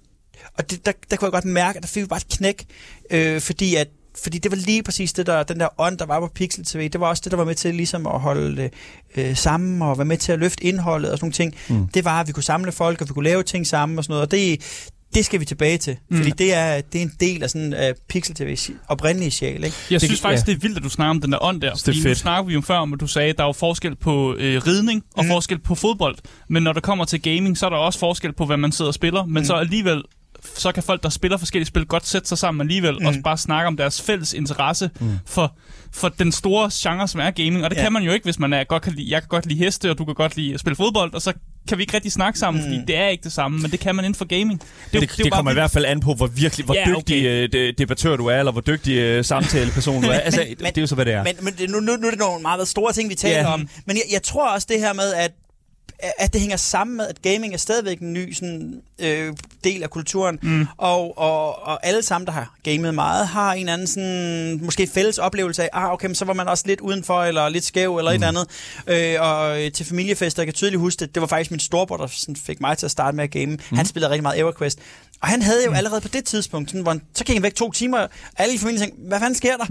der kunne jeg godt mærke, at der fik vi bare et knæk, fordi det var lige præcis den der ånd, der var på Pixel TV. Det var også det, der var med til ligesom at holde sammen og være med til at løfte indholdet og sådan nogle ting. Det var, at vi kunne samle folk, og vi kunne lave ting sammen og sådan noget. Og det skal vi tilbage til, fordi det er en del af sådan Pixel TV's oprindelige sjæl, ikke? Jeg synes faktisk, det er vildt, at du snakker om den der ånd der. Fordi nu snakker vi jo før om, at du sagde, at der er jo forskel på ridning og forskel på fodbold. Men når der kommer til gaming, så er der også forskel på, hvad man sidder og spiller. Men så alligevel, så kan folk, der spiller forskellige spil, godt sætte sig sammen alligevel og bare snakke om deres fælles interesse for den store genre, som er gaming. Og det kan man jo ikke, hvis man jeg kan godt lide heste, og du kan godt lide at spille fodbold, og så kan vi ikke rigtig snakke sammen, fordi det er ikke det samme, men det kan man inden for gaming. Det kommer i hvert fald an på, hvor dygtig debattør du er, eller hvor dygtig samtaleperson du er. Det er jo så, hvad det er. Men nu er det nogle meget store ting, vi taler om. Men jeg tror også det her med, at det hænger sammen med, at gaming er stadigvæk en ny sådan, del af kulturen, og alle sammen, der har gamet meget, har en anden sådan, måske fælles oplevelse af, okay, men så var man også lidt udenfor, eller lidt skæv, eller et eller andet. Og til familiefester, jeg kan tydeligt huske det var faktisk min storebror, der sådan fik mig til at starte med at game. Han spillede rigtig meget EverQuest. Og han havde jo allerede på det tidspunkt, sådan, hvor så gik han væk 2 timer, og alle i familien tænkte, hvad fanden sker der?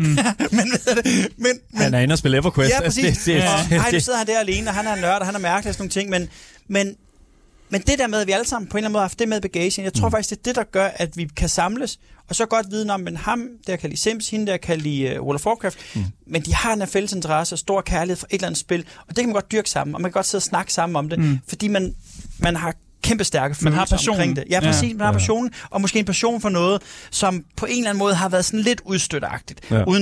men han er inde og spille EverQuest. Ja, præcis. Og nu sidder han der alene, og han er en nørd, og han er mærkelig og sådan nogle ting, men det der med, at vi alle sammen på en eller anden måde har haft det med bagagen, jeg tror faktisk, det er det, der gør, at vi kan samles, og så godt vide om, men ham, der kan lide Sims, hende, der kan lide World of Warcraft, men de har en fælles interesse og stor kærlighed for et eller andet spil, og det kan man godt dyrke sammen, og man kan godt sidde og snakke sammen om det, fordi man har kæmpe stærke følelser omkring det. Ja, præcis, man har passionen, og måske en passion for noget, som på en eller anden måde har været sådan lidt udstøtagtigt, uden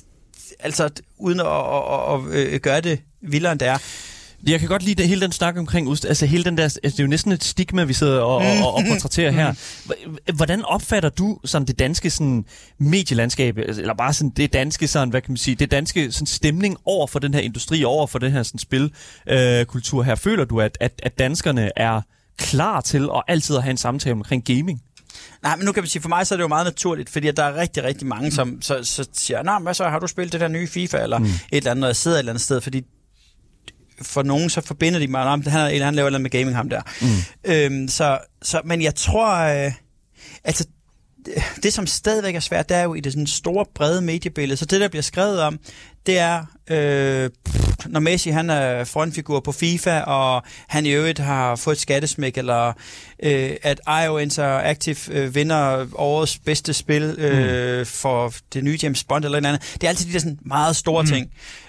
at gøre det vildere end det er. Jeg kan godt lide hele den snak omkring hele den der, det er jo næsten et stigma, vi sidder og portrætterer her. Hvordan opfatter du sådan det danske sådan medielandskab, eller bare sådan det danske sådan, hvad kan man sige, det danske sådan stemning over for den her industri, over for den her sådan spilkultur her? Føler du, at danskerne er klar til at altid have en samtale omkring gaming? Nej, men nu kan man sige, for mig så er det jo meget naturligt, fordi der er rigtig, rigtig mange, som så siger, nej, hvad så, har du spillet det der nye FIFA, eller et eller andet, og jeg sidder et eller andet sted, fordi for nogen, så forbinder de mig om, han laver noget med gaming, ham der. Men jeg tror, altså, det som stadigvæk er svært, det er jo i det sådan store, brede mediebillede. Så det, der bliver skrevet om, det er, når Messi, han er frontfigur på FIFA, og han i øvrigt har fået et skattesmæk, eller at IO Interactive vinder årets bedste spil for det nye James Bond, eller noget andet. Det er altid de der sådan meget store ting.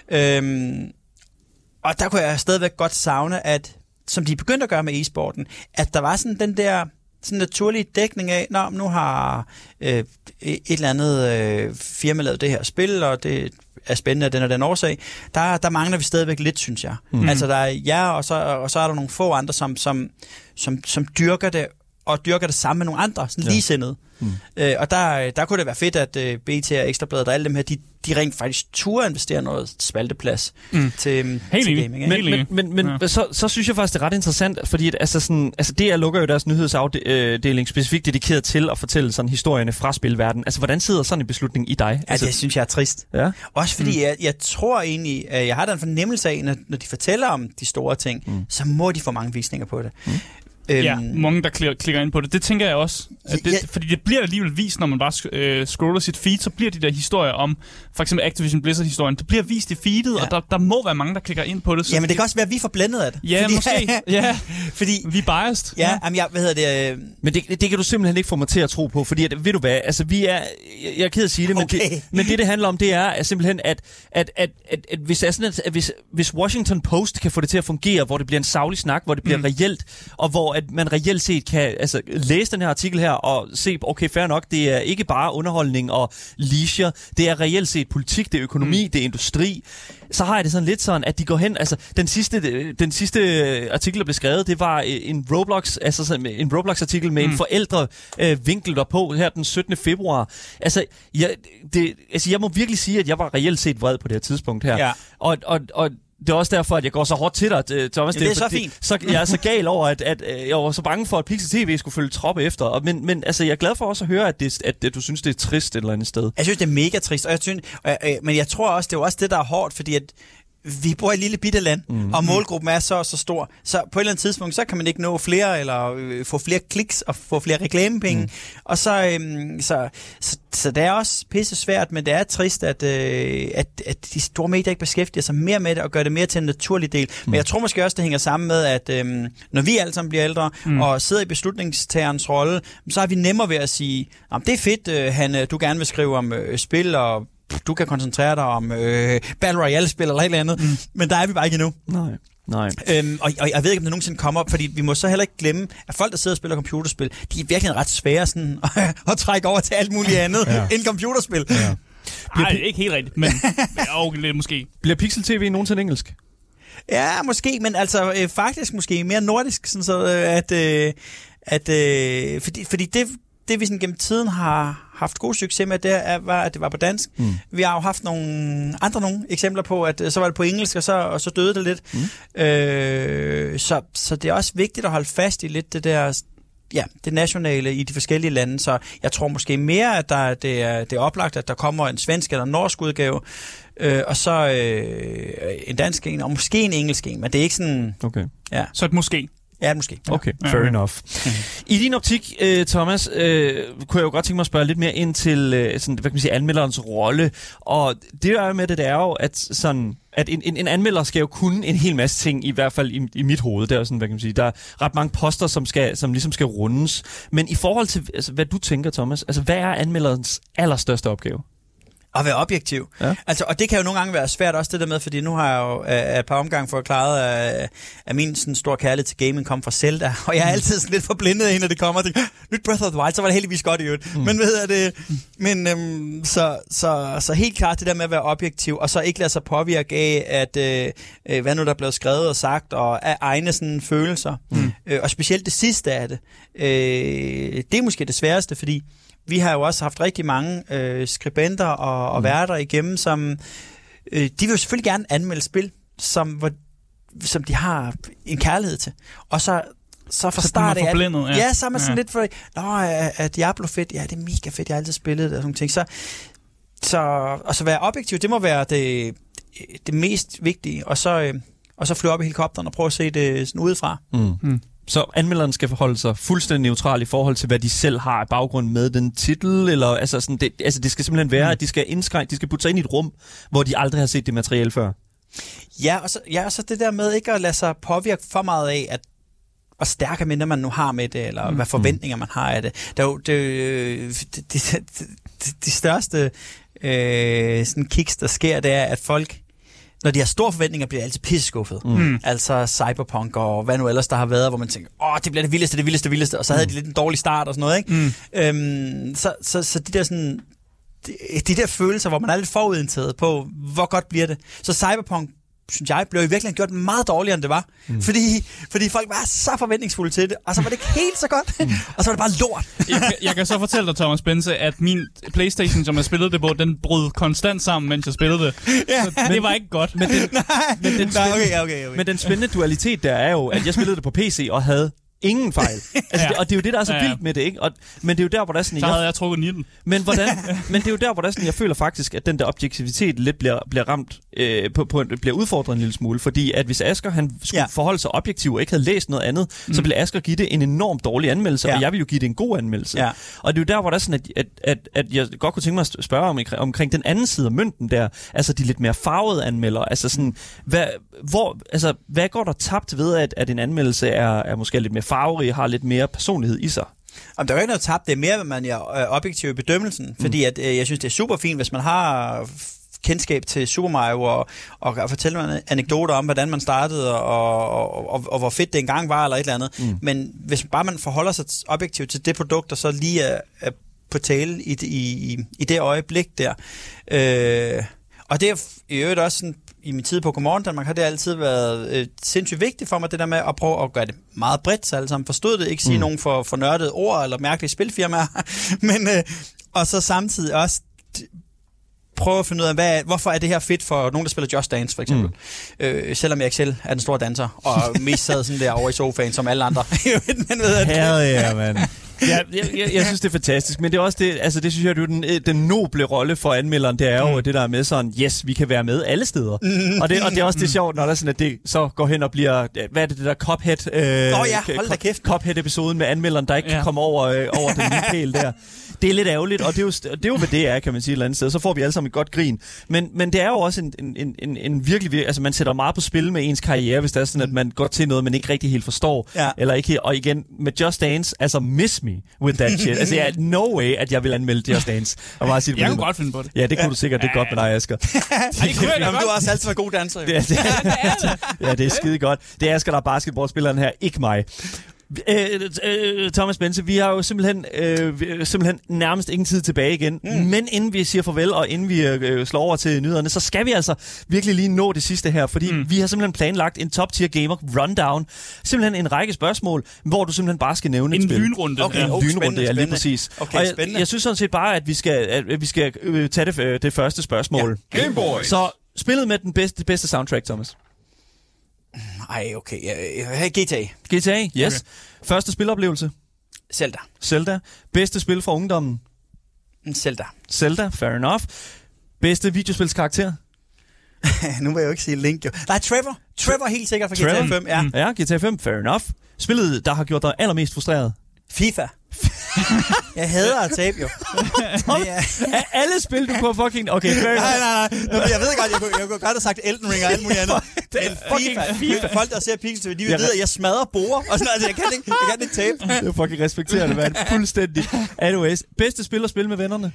Og der kunne jeg stadigvæk godt savne, at, som de begyndte at gøre med e-sporten, at der var sådan den der sådan en naturlig dækning af, nu har et eller andet firma lavet det her spil, og det er spændende af den og den årsag. Der mangler vi stadigvæk lidt, synes jeg. Altså, der er jer, og så er der nogle få andre, som dyrker det, og dyrker det sammen med nogle andre, sådan ligesindede. Og der kunne det være fedt, at BT og Ekstrabladet og alle dem her, de rent faktisk turde investere noget spalteplads til gaming. Men så synes jeg faktisk, det er ret interessant, fordi at, DR lukker jo deres nyhedsafdeling specifikt dedikeret til at fortælle sådan historierne fra spilverdenen. Altså, hvordan sidder sådan en beslutning i dig? Altså, det synes jeg er trist. Ja? Også fordi jeg tror egentlig, jeg har den fornemmelse af, når de fortæller om de store ting, så må de få mange visninger på det. Ja, mange der klikker ind på det. Det tænker jeg også. Fordi det bliver alligevel vist, når man bare scroller sit feed, så bliver de der historier om, for eksempel Activision Blizzard-historien, det bliver vist i feedet, og der må være mange, der klikker ind på det. Men det kan også være, at vi er forblændet af det. Ja, måske. Fordi vi er biased. Ja, jamen, Men det kan du simpelthen ikke få mig til at tro på, fordi ved du hvad, altså vi er, jeg er ked at sige det, men det handler om, det er simpelthen, at hvis Washington Post kan få det til at fungere, hvor det bliver en saglig snak, hvor det bliver reelt, og hvor at man reelt set kan læse den her artikel her og se, okay, fair nok, det er ikke bare underholdning og leisure, det er reelt set politik, det er økonomi, det er industri. Så har jeg det sådan lidt sådan, at de går hen, altså den sidste artikel, der blev skrevet, det var en Roblox-artikel med en forældrevinkel derpå her den 17. februar. Altså, jeg må virkelig sige, at jeg var reelt set vred på det her tidspunkt her. Ja. Og det er også derfor, at jeg går så hårdt til dig, Thomas. Det er så fint. Så jeg er så gal over, at jeg var så bange for, at Pixel TV skulle følge trop efter. Men altså, jeg er glad for også at høre, at du synes, det er trist et eller andet sted. Jeg synes, det er mega trist. Og men jeg tror også, det er også det, der er hårdt, fordi at vi bor i et lille bitte land, og målgruppen er så stor. Så på et eller andet tidspunkt, så kan man ikke nå flere, eller få flere kliks, og få flere reklamepenge. Og så det er også pisse svært, men det er trist, at de store medier ikke beskæftiger sig mere med det, og gør det mere til en naturlig del. Men jeg tror måske også, det hænger sammen med, at når vi alle sammen bliver ældre, og sidder i beslutningstagerens rolle, så er vi nemmere ved at sige, det er fedt, Hanne, du gerne vil skrive om spil, og du kan koncentrere dig om Battle Royale-spil eller et eller andet, men der er vi bare ikke endnu. Nej. Og jeg ved ikke, om det nogensinde kommer op, fordi vi må så heller ikke glemme, at folk, der sidder og spiller computerspil, de er virkelig ret svære sådan, at trække over til alt muligt andet end computerspil. Ja. Nej, ikke helt rigtigt, men lidt måske. Bliver Pixel TV nogensinde engelsk? Ja, måske, men altså faktisk måske mere nordisk, sådan så fordi det vi sådan gennem tiden har haft god succes med, var, at det var på dansk. Vi har jo haft nogle eksempler på, at så var det på engelsk, og så døde det lidt. Så det er også vigtigt at holde fast i lidt det der, det nationale i de forskellige lande. Så jeg tror måske mere, at det er oplagt, at der kommer en svensk eller en norsk udgave, og så en dansk en, og måske en engelsk en, men det er ikke sådan... Okay. Ja. Så et måske. Ja, måske. Okay, fair enough. I din optik, Thomas, kunne jeg jo godt tænke mig at spørge lidt mere ind til sådan, hvad kan man sige, anmelderens rolle. Og det der er med det, er jo, at en anmelder skal jo kunne en hel masse ting, i hvert fald i mit hoved. Der er sådan, hvad kan man sige, der er ret mange poster, som ligesom skal rundes. Men i forhold til, hvad du tænker, Thomas, altså hvad er anmelderens allerstørste opgave? At være objektiv. Ja. Altså, og det kan jo nogle gange være svært også det der med, fordi nu har jeg jo et par omgange forklaret, at min sådan stor kærlighed til gaming kom fra Zelda, og jeg er altid sådan lidt forblindet af, når det kommer til nyt Breath of the Wild, så var det heldigvis godt i øvrigt. Men så helt klart det der med at være objektiv, og så ikke lade sig påvirke af, at hvad nu der er blevet skrevet og sagt, og af egne sådan følelser. Og specielt det sidste af det. Det er måske det sværeste, fordi vi har jo også haft rigtig mange skribenter og værter igennem, som de vil jo selvfølgelig gerne anmelde spil, som de har en kærlighed til. Og så fra start af... så er man sådan lidt for... er Diablo fedt? Ja, det er mega fedt, jeg har altid spillet det og sådan ting. Så være objektiv, det må være det mest vigtige. Og så flyve op i helikopteren og prøve at se det sådan udefra. Så anmelderen skal forholde sig fuldstændig neutral i forhold til, hvad de selv har i baggrund med den titel, eller altså sådan, det skal simpelthen være, at de skal putte sig ind i et rum, hvor de aldrig har set det materiale før. Ja, og så det der med ikke at lade sig påvirke for meget af, hvor stærke minder man nu har med det, eller hvad forventninger man har af det. Der er jo de største sådan kicks, der sker, det er, at folk når de har store forventninger, bliver de altid pisseskuffet. Altså Cyberpunk og hvad nu ellers der har været, hvor man tænker, det bliver det vildeste, og så havde de lidt en dårlig start og sådan noget, ikke? Så de der sådan, de der følelser, hvor man er lidt forudindtaget på, hvor godt bliver det. Så Cyberpunk, synes jeg, blev i virkeligheden gjort meget dårligere, end det var. Fordi folk var så forventningsfulde til det, og så var det ikke helt så godt, og så var det bare lort. Jeg kan så fortælle dig, Thomas Bense, at min PlayStation, som jeg spillede det på, den brød konstant sammen, mens jeg spillede det. Ja. Så det var ikke godt. Men den spændende dualitet der er jo, at jeg spillede det på PC og havde ingen fejl. Altså, og det er jo det, der er så vildt med det, ikke? Men det er jo der, hvor der er sådan... Så havde jeg trukket 19. Men det er jo der, hvor der er sådan, jeg føler faktisk, at den der objektivitet lidt bliver ramt, bliver udfordret en lille smule, fordi at hvis Asger, han skulle forholde sig objektiv og ikke havde læst noget andet, så ville Asger give det en enormt dårlig anmeldelse, og jeg ville jo give det en god anmeldelse. Ja. Og det er jo der, hvor der er sådan, at jeg godt kunne tænke mig at spørge omkring den anden side af mønten der, altså de lidt mere farvede anmeldere, altså sådan, hvad går der tabt ved, at en anmeldelse er måske lidt mere farverig, har lidt mere personlighed i sig? Om der er jo ikke noget tabt, det er mere, at man er objektiv i bedømmelsen, fordi at, jeg synes, det er super fint, hvis man har kendskab til Super Mario og fortælle mig anekdoter om, hvordan man startede og hvor fedt det engang var, eller et eller andet. Men hvis bare man forholder sig objektivt til det produkt, og så lige er på tale i det øjeblik der. Og det er i øvrigt også sådan, i min tid på Godmorgen Danmark har det altid været sindssygt vigtigt for mig, det der med at prøve at gøre det meget bredt, så alle sammen forstod det. Ikke sige nogen for nørdede ord eller mærkelige spilfirmaer, men og så samtidig også prøve at finde ud af, hvorfor er det her fedt for nogen, der spiller Just Dance, for eksempel. Selvom jeg ikke selv er den store danser, og mest sad sådan der over i sofaen, som alle andre. Ja, mand. Jeg synes, det er fantastisk, men det er også det, altså det synes jeg, det er den noble rolle for anmelderen, det er jo det der er med sådan, yes, vi kan være med alle steder. Og det er også det sjovt, når der er sådan, at det så går hen og bliver, hvad er det der Cuphead? Cuphead-episoden med anmelderen, der ikke kan komme over den lille pæl der. Det er lidt ærgerligt, og det er jo hvad det er, kan man sige, et eller andet sted. Så får vi alle sammen et godt grin. Men det er jo også en virkelig... Altså, man sætter meget på spil med ens karriere, hvis det er sådan, at man går til noget, man ikke rigtig helt forstår. Ja. Eller ikke, og igen, med Just Dance, altså, miss me with that shit. Altså, jeg er no way, at jeg vil anmelde Just Dance. Og bare sige, jeg kunne godt finde på det. Ja, det kunne du sikkert. Det er godt med dig, Asger. Jamen, du har også altid været god danser. Ja, det er skide godt. Det er Asger, der er basketballspilleren her, ikke mig. Thomas Bense, vi har jo simpelthen nærmest ingen tid tilbage igen. Men inden vi siger farvel, og inden vi slår over til nyhederne, så skal vi altså virkelig lige nå det sidste her, fordi vi har simpelthen planlagt en top tier gamer rundown. Simpelthen en række spørgsmål, hvor du simpelthen bare skal nævne et spil. En lynrunde. Okay, en lynrunde, ja, lige præcis. Okay, og jeg synes sådan set bare, at vi skal tage det første spørgsmål. Ja. Game Boy. Så spillet med det bedste soundtrack, Thomas. Ej, okay. GTA. GTA, yes. Okay. Første spiloplevelse? Zelda. Bedste spil fra ungdommen? Zelda, fair enough. Bedste videospilskarakter? Nu vil jeg jo ikke sige Link, jo. Nej, Trevor helt sikkert fra GTA 5, ja. Ja, GTA 5, fair enough. Spillet, der har gjort dig allermest frustreret? FIFA. Jeg hader at tabe, jo. Af alle spil, du kunne fucking... Okay, fair enough. Nej. Jeg ved godt, jeg kunne godt have sagt Elden Ring og alt muligt andet. FIFA. Folk, der ser Pixel TV, de ved, at jeg smadrer bord. Og sådan, altså, jeg kan ikke tabe. Det er fucking respekterende, mand. Fuldstændig. Anyways, bedste spil at spille med vennerne?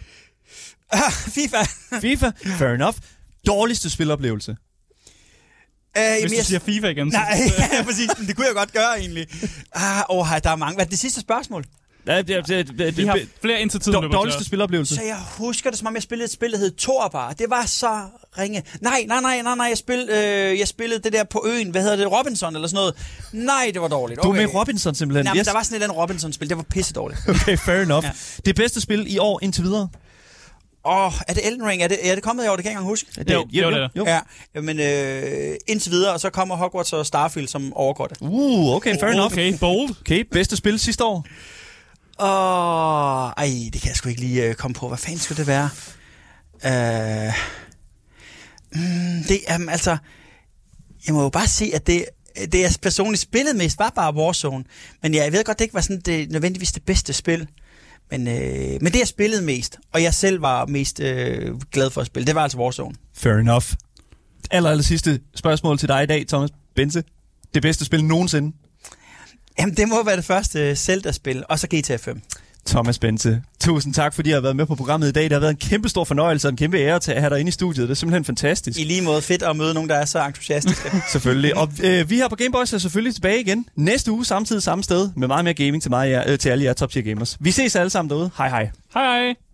FIFA, fair enough. Dårligste spiloplevelse? Hvis du siger FIFA igen. Nej, ja, præcis. Det kunne jeg godt gøre, egentlig. Der er mange. Hvad er det sidste spørgsmål? Vi har flere indtil tiden. Dårligste spiloplevelse. Så jeg husker det, som om jeg spillede et spil, der hed Thorbar. Det var så ringe. Nej. Jeg spillede det der på øen. Hvad hedder det? Robinson eller sådan noget. Nej, det var dårligt. Okay. Du er med Robinson simpelthen. Nej, men der var sådan et eller andet Robinson-spil. Det var pisse dårligt. Okay, fair enough. Ja. Det bedste spil i år indtil videre? Er det Elden Ring? Er det kommet i år? Det kan jeg ikke engang huske. Jo. Ja, men indtil videre, og så kommer Hogwarts og Starfield, som overgår det. Okay, fair enough. Okay, bold. Okay, bedste spil sidste år? Det kan jeg sgu ikke lige komme på. Hvad fanden skulle det være? Altså, jeg må jo bare sige, at det jeg personligt spillede mest, var bare Warzone. Men jeg ved godt, det ikke var sådan det nødvendigvis det bedste spil. Men det jeg spillede mest, og jeg selv var mest glad for at spille, det var altså Warzone. Fair enough. Aller sidste spørgsmål til dig i dag, Thomas Bense. Det bedste spil nogensinde? Jamen, det må være det første Zelda-spil, og så GTA 5. Thomas Bense, tusind tak, fordi I har været med på programmet i dag. Det har været en kæmpe stor fornøjelse og en kæmpe ære til at have dig inde i studiet. Det er simpelthen fantastisk. I lige måde fedt at møde nogen, der er så entusiastiske. Selvfølgelig. Og vi her på Gameboys er selvfølgelig tilbage igen næste uge, samtidig samme sted, med meget mere gaming til alle jer top tier gamers. Vi ses alle sammen derude. Hej hej. Hej hej.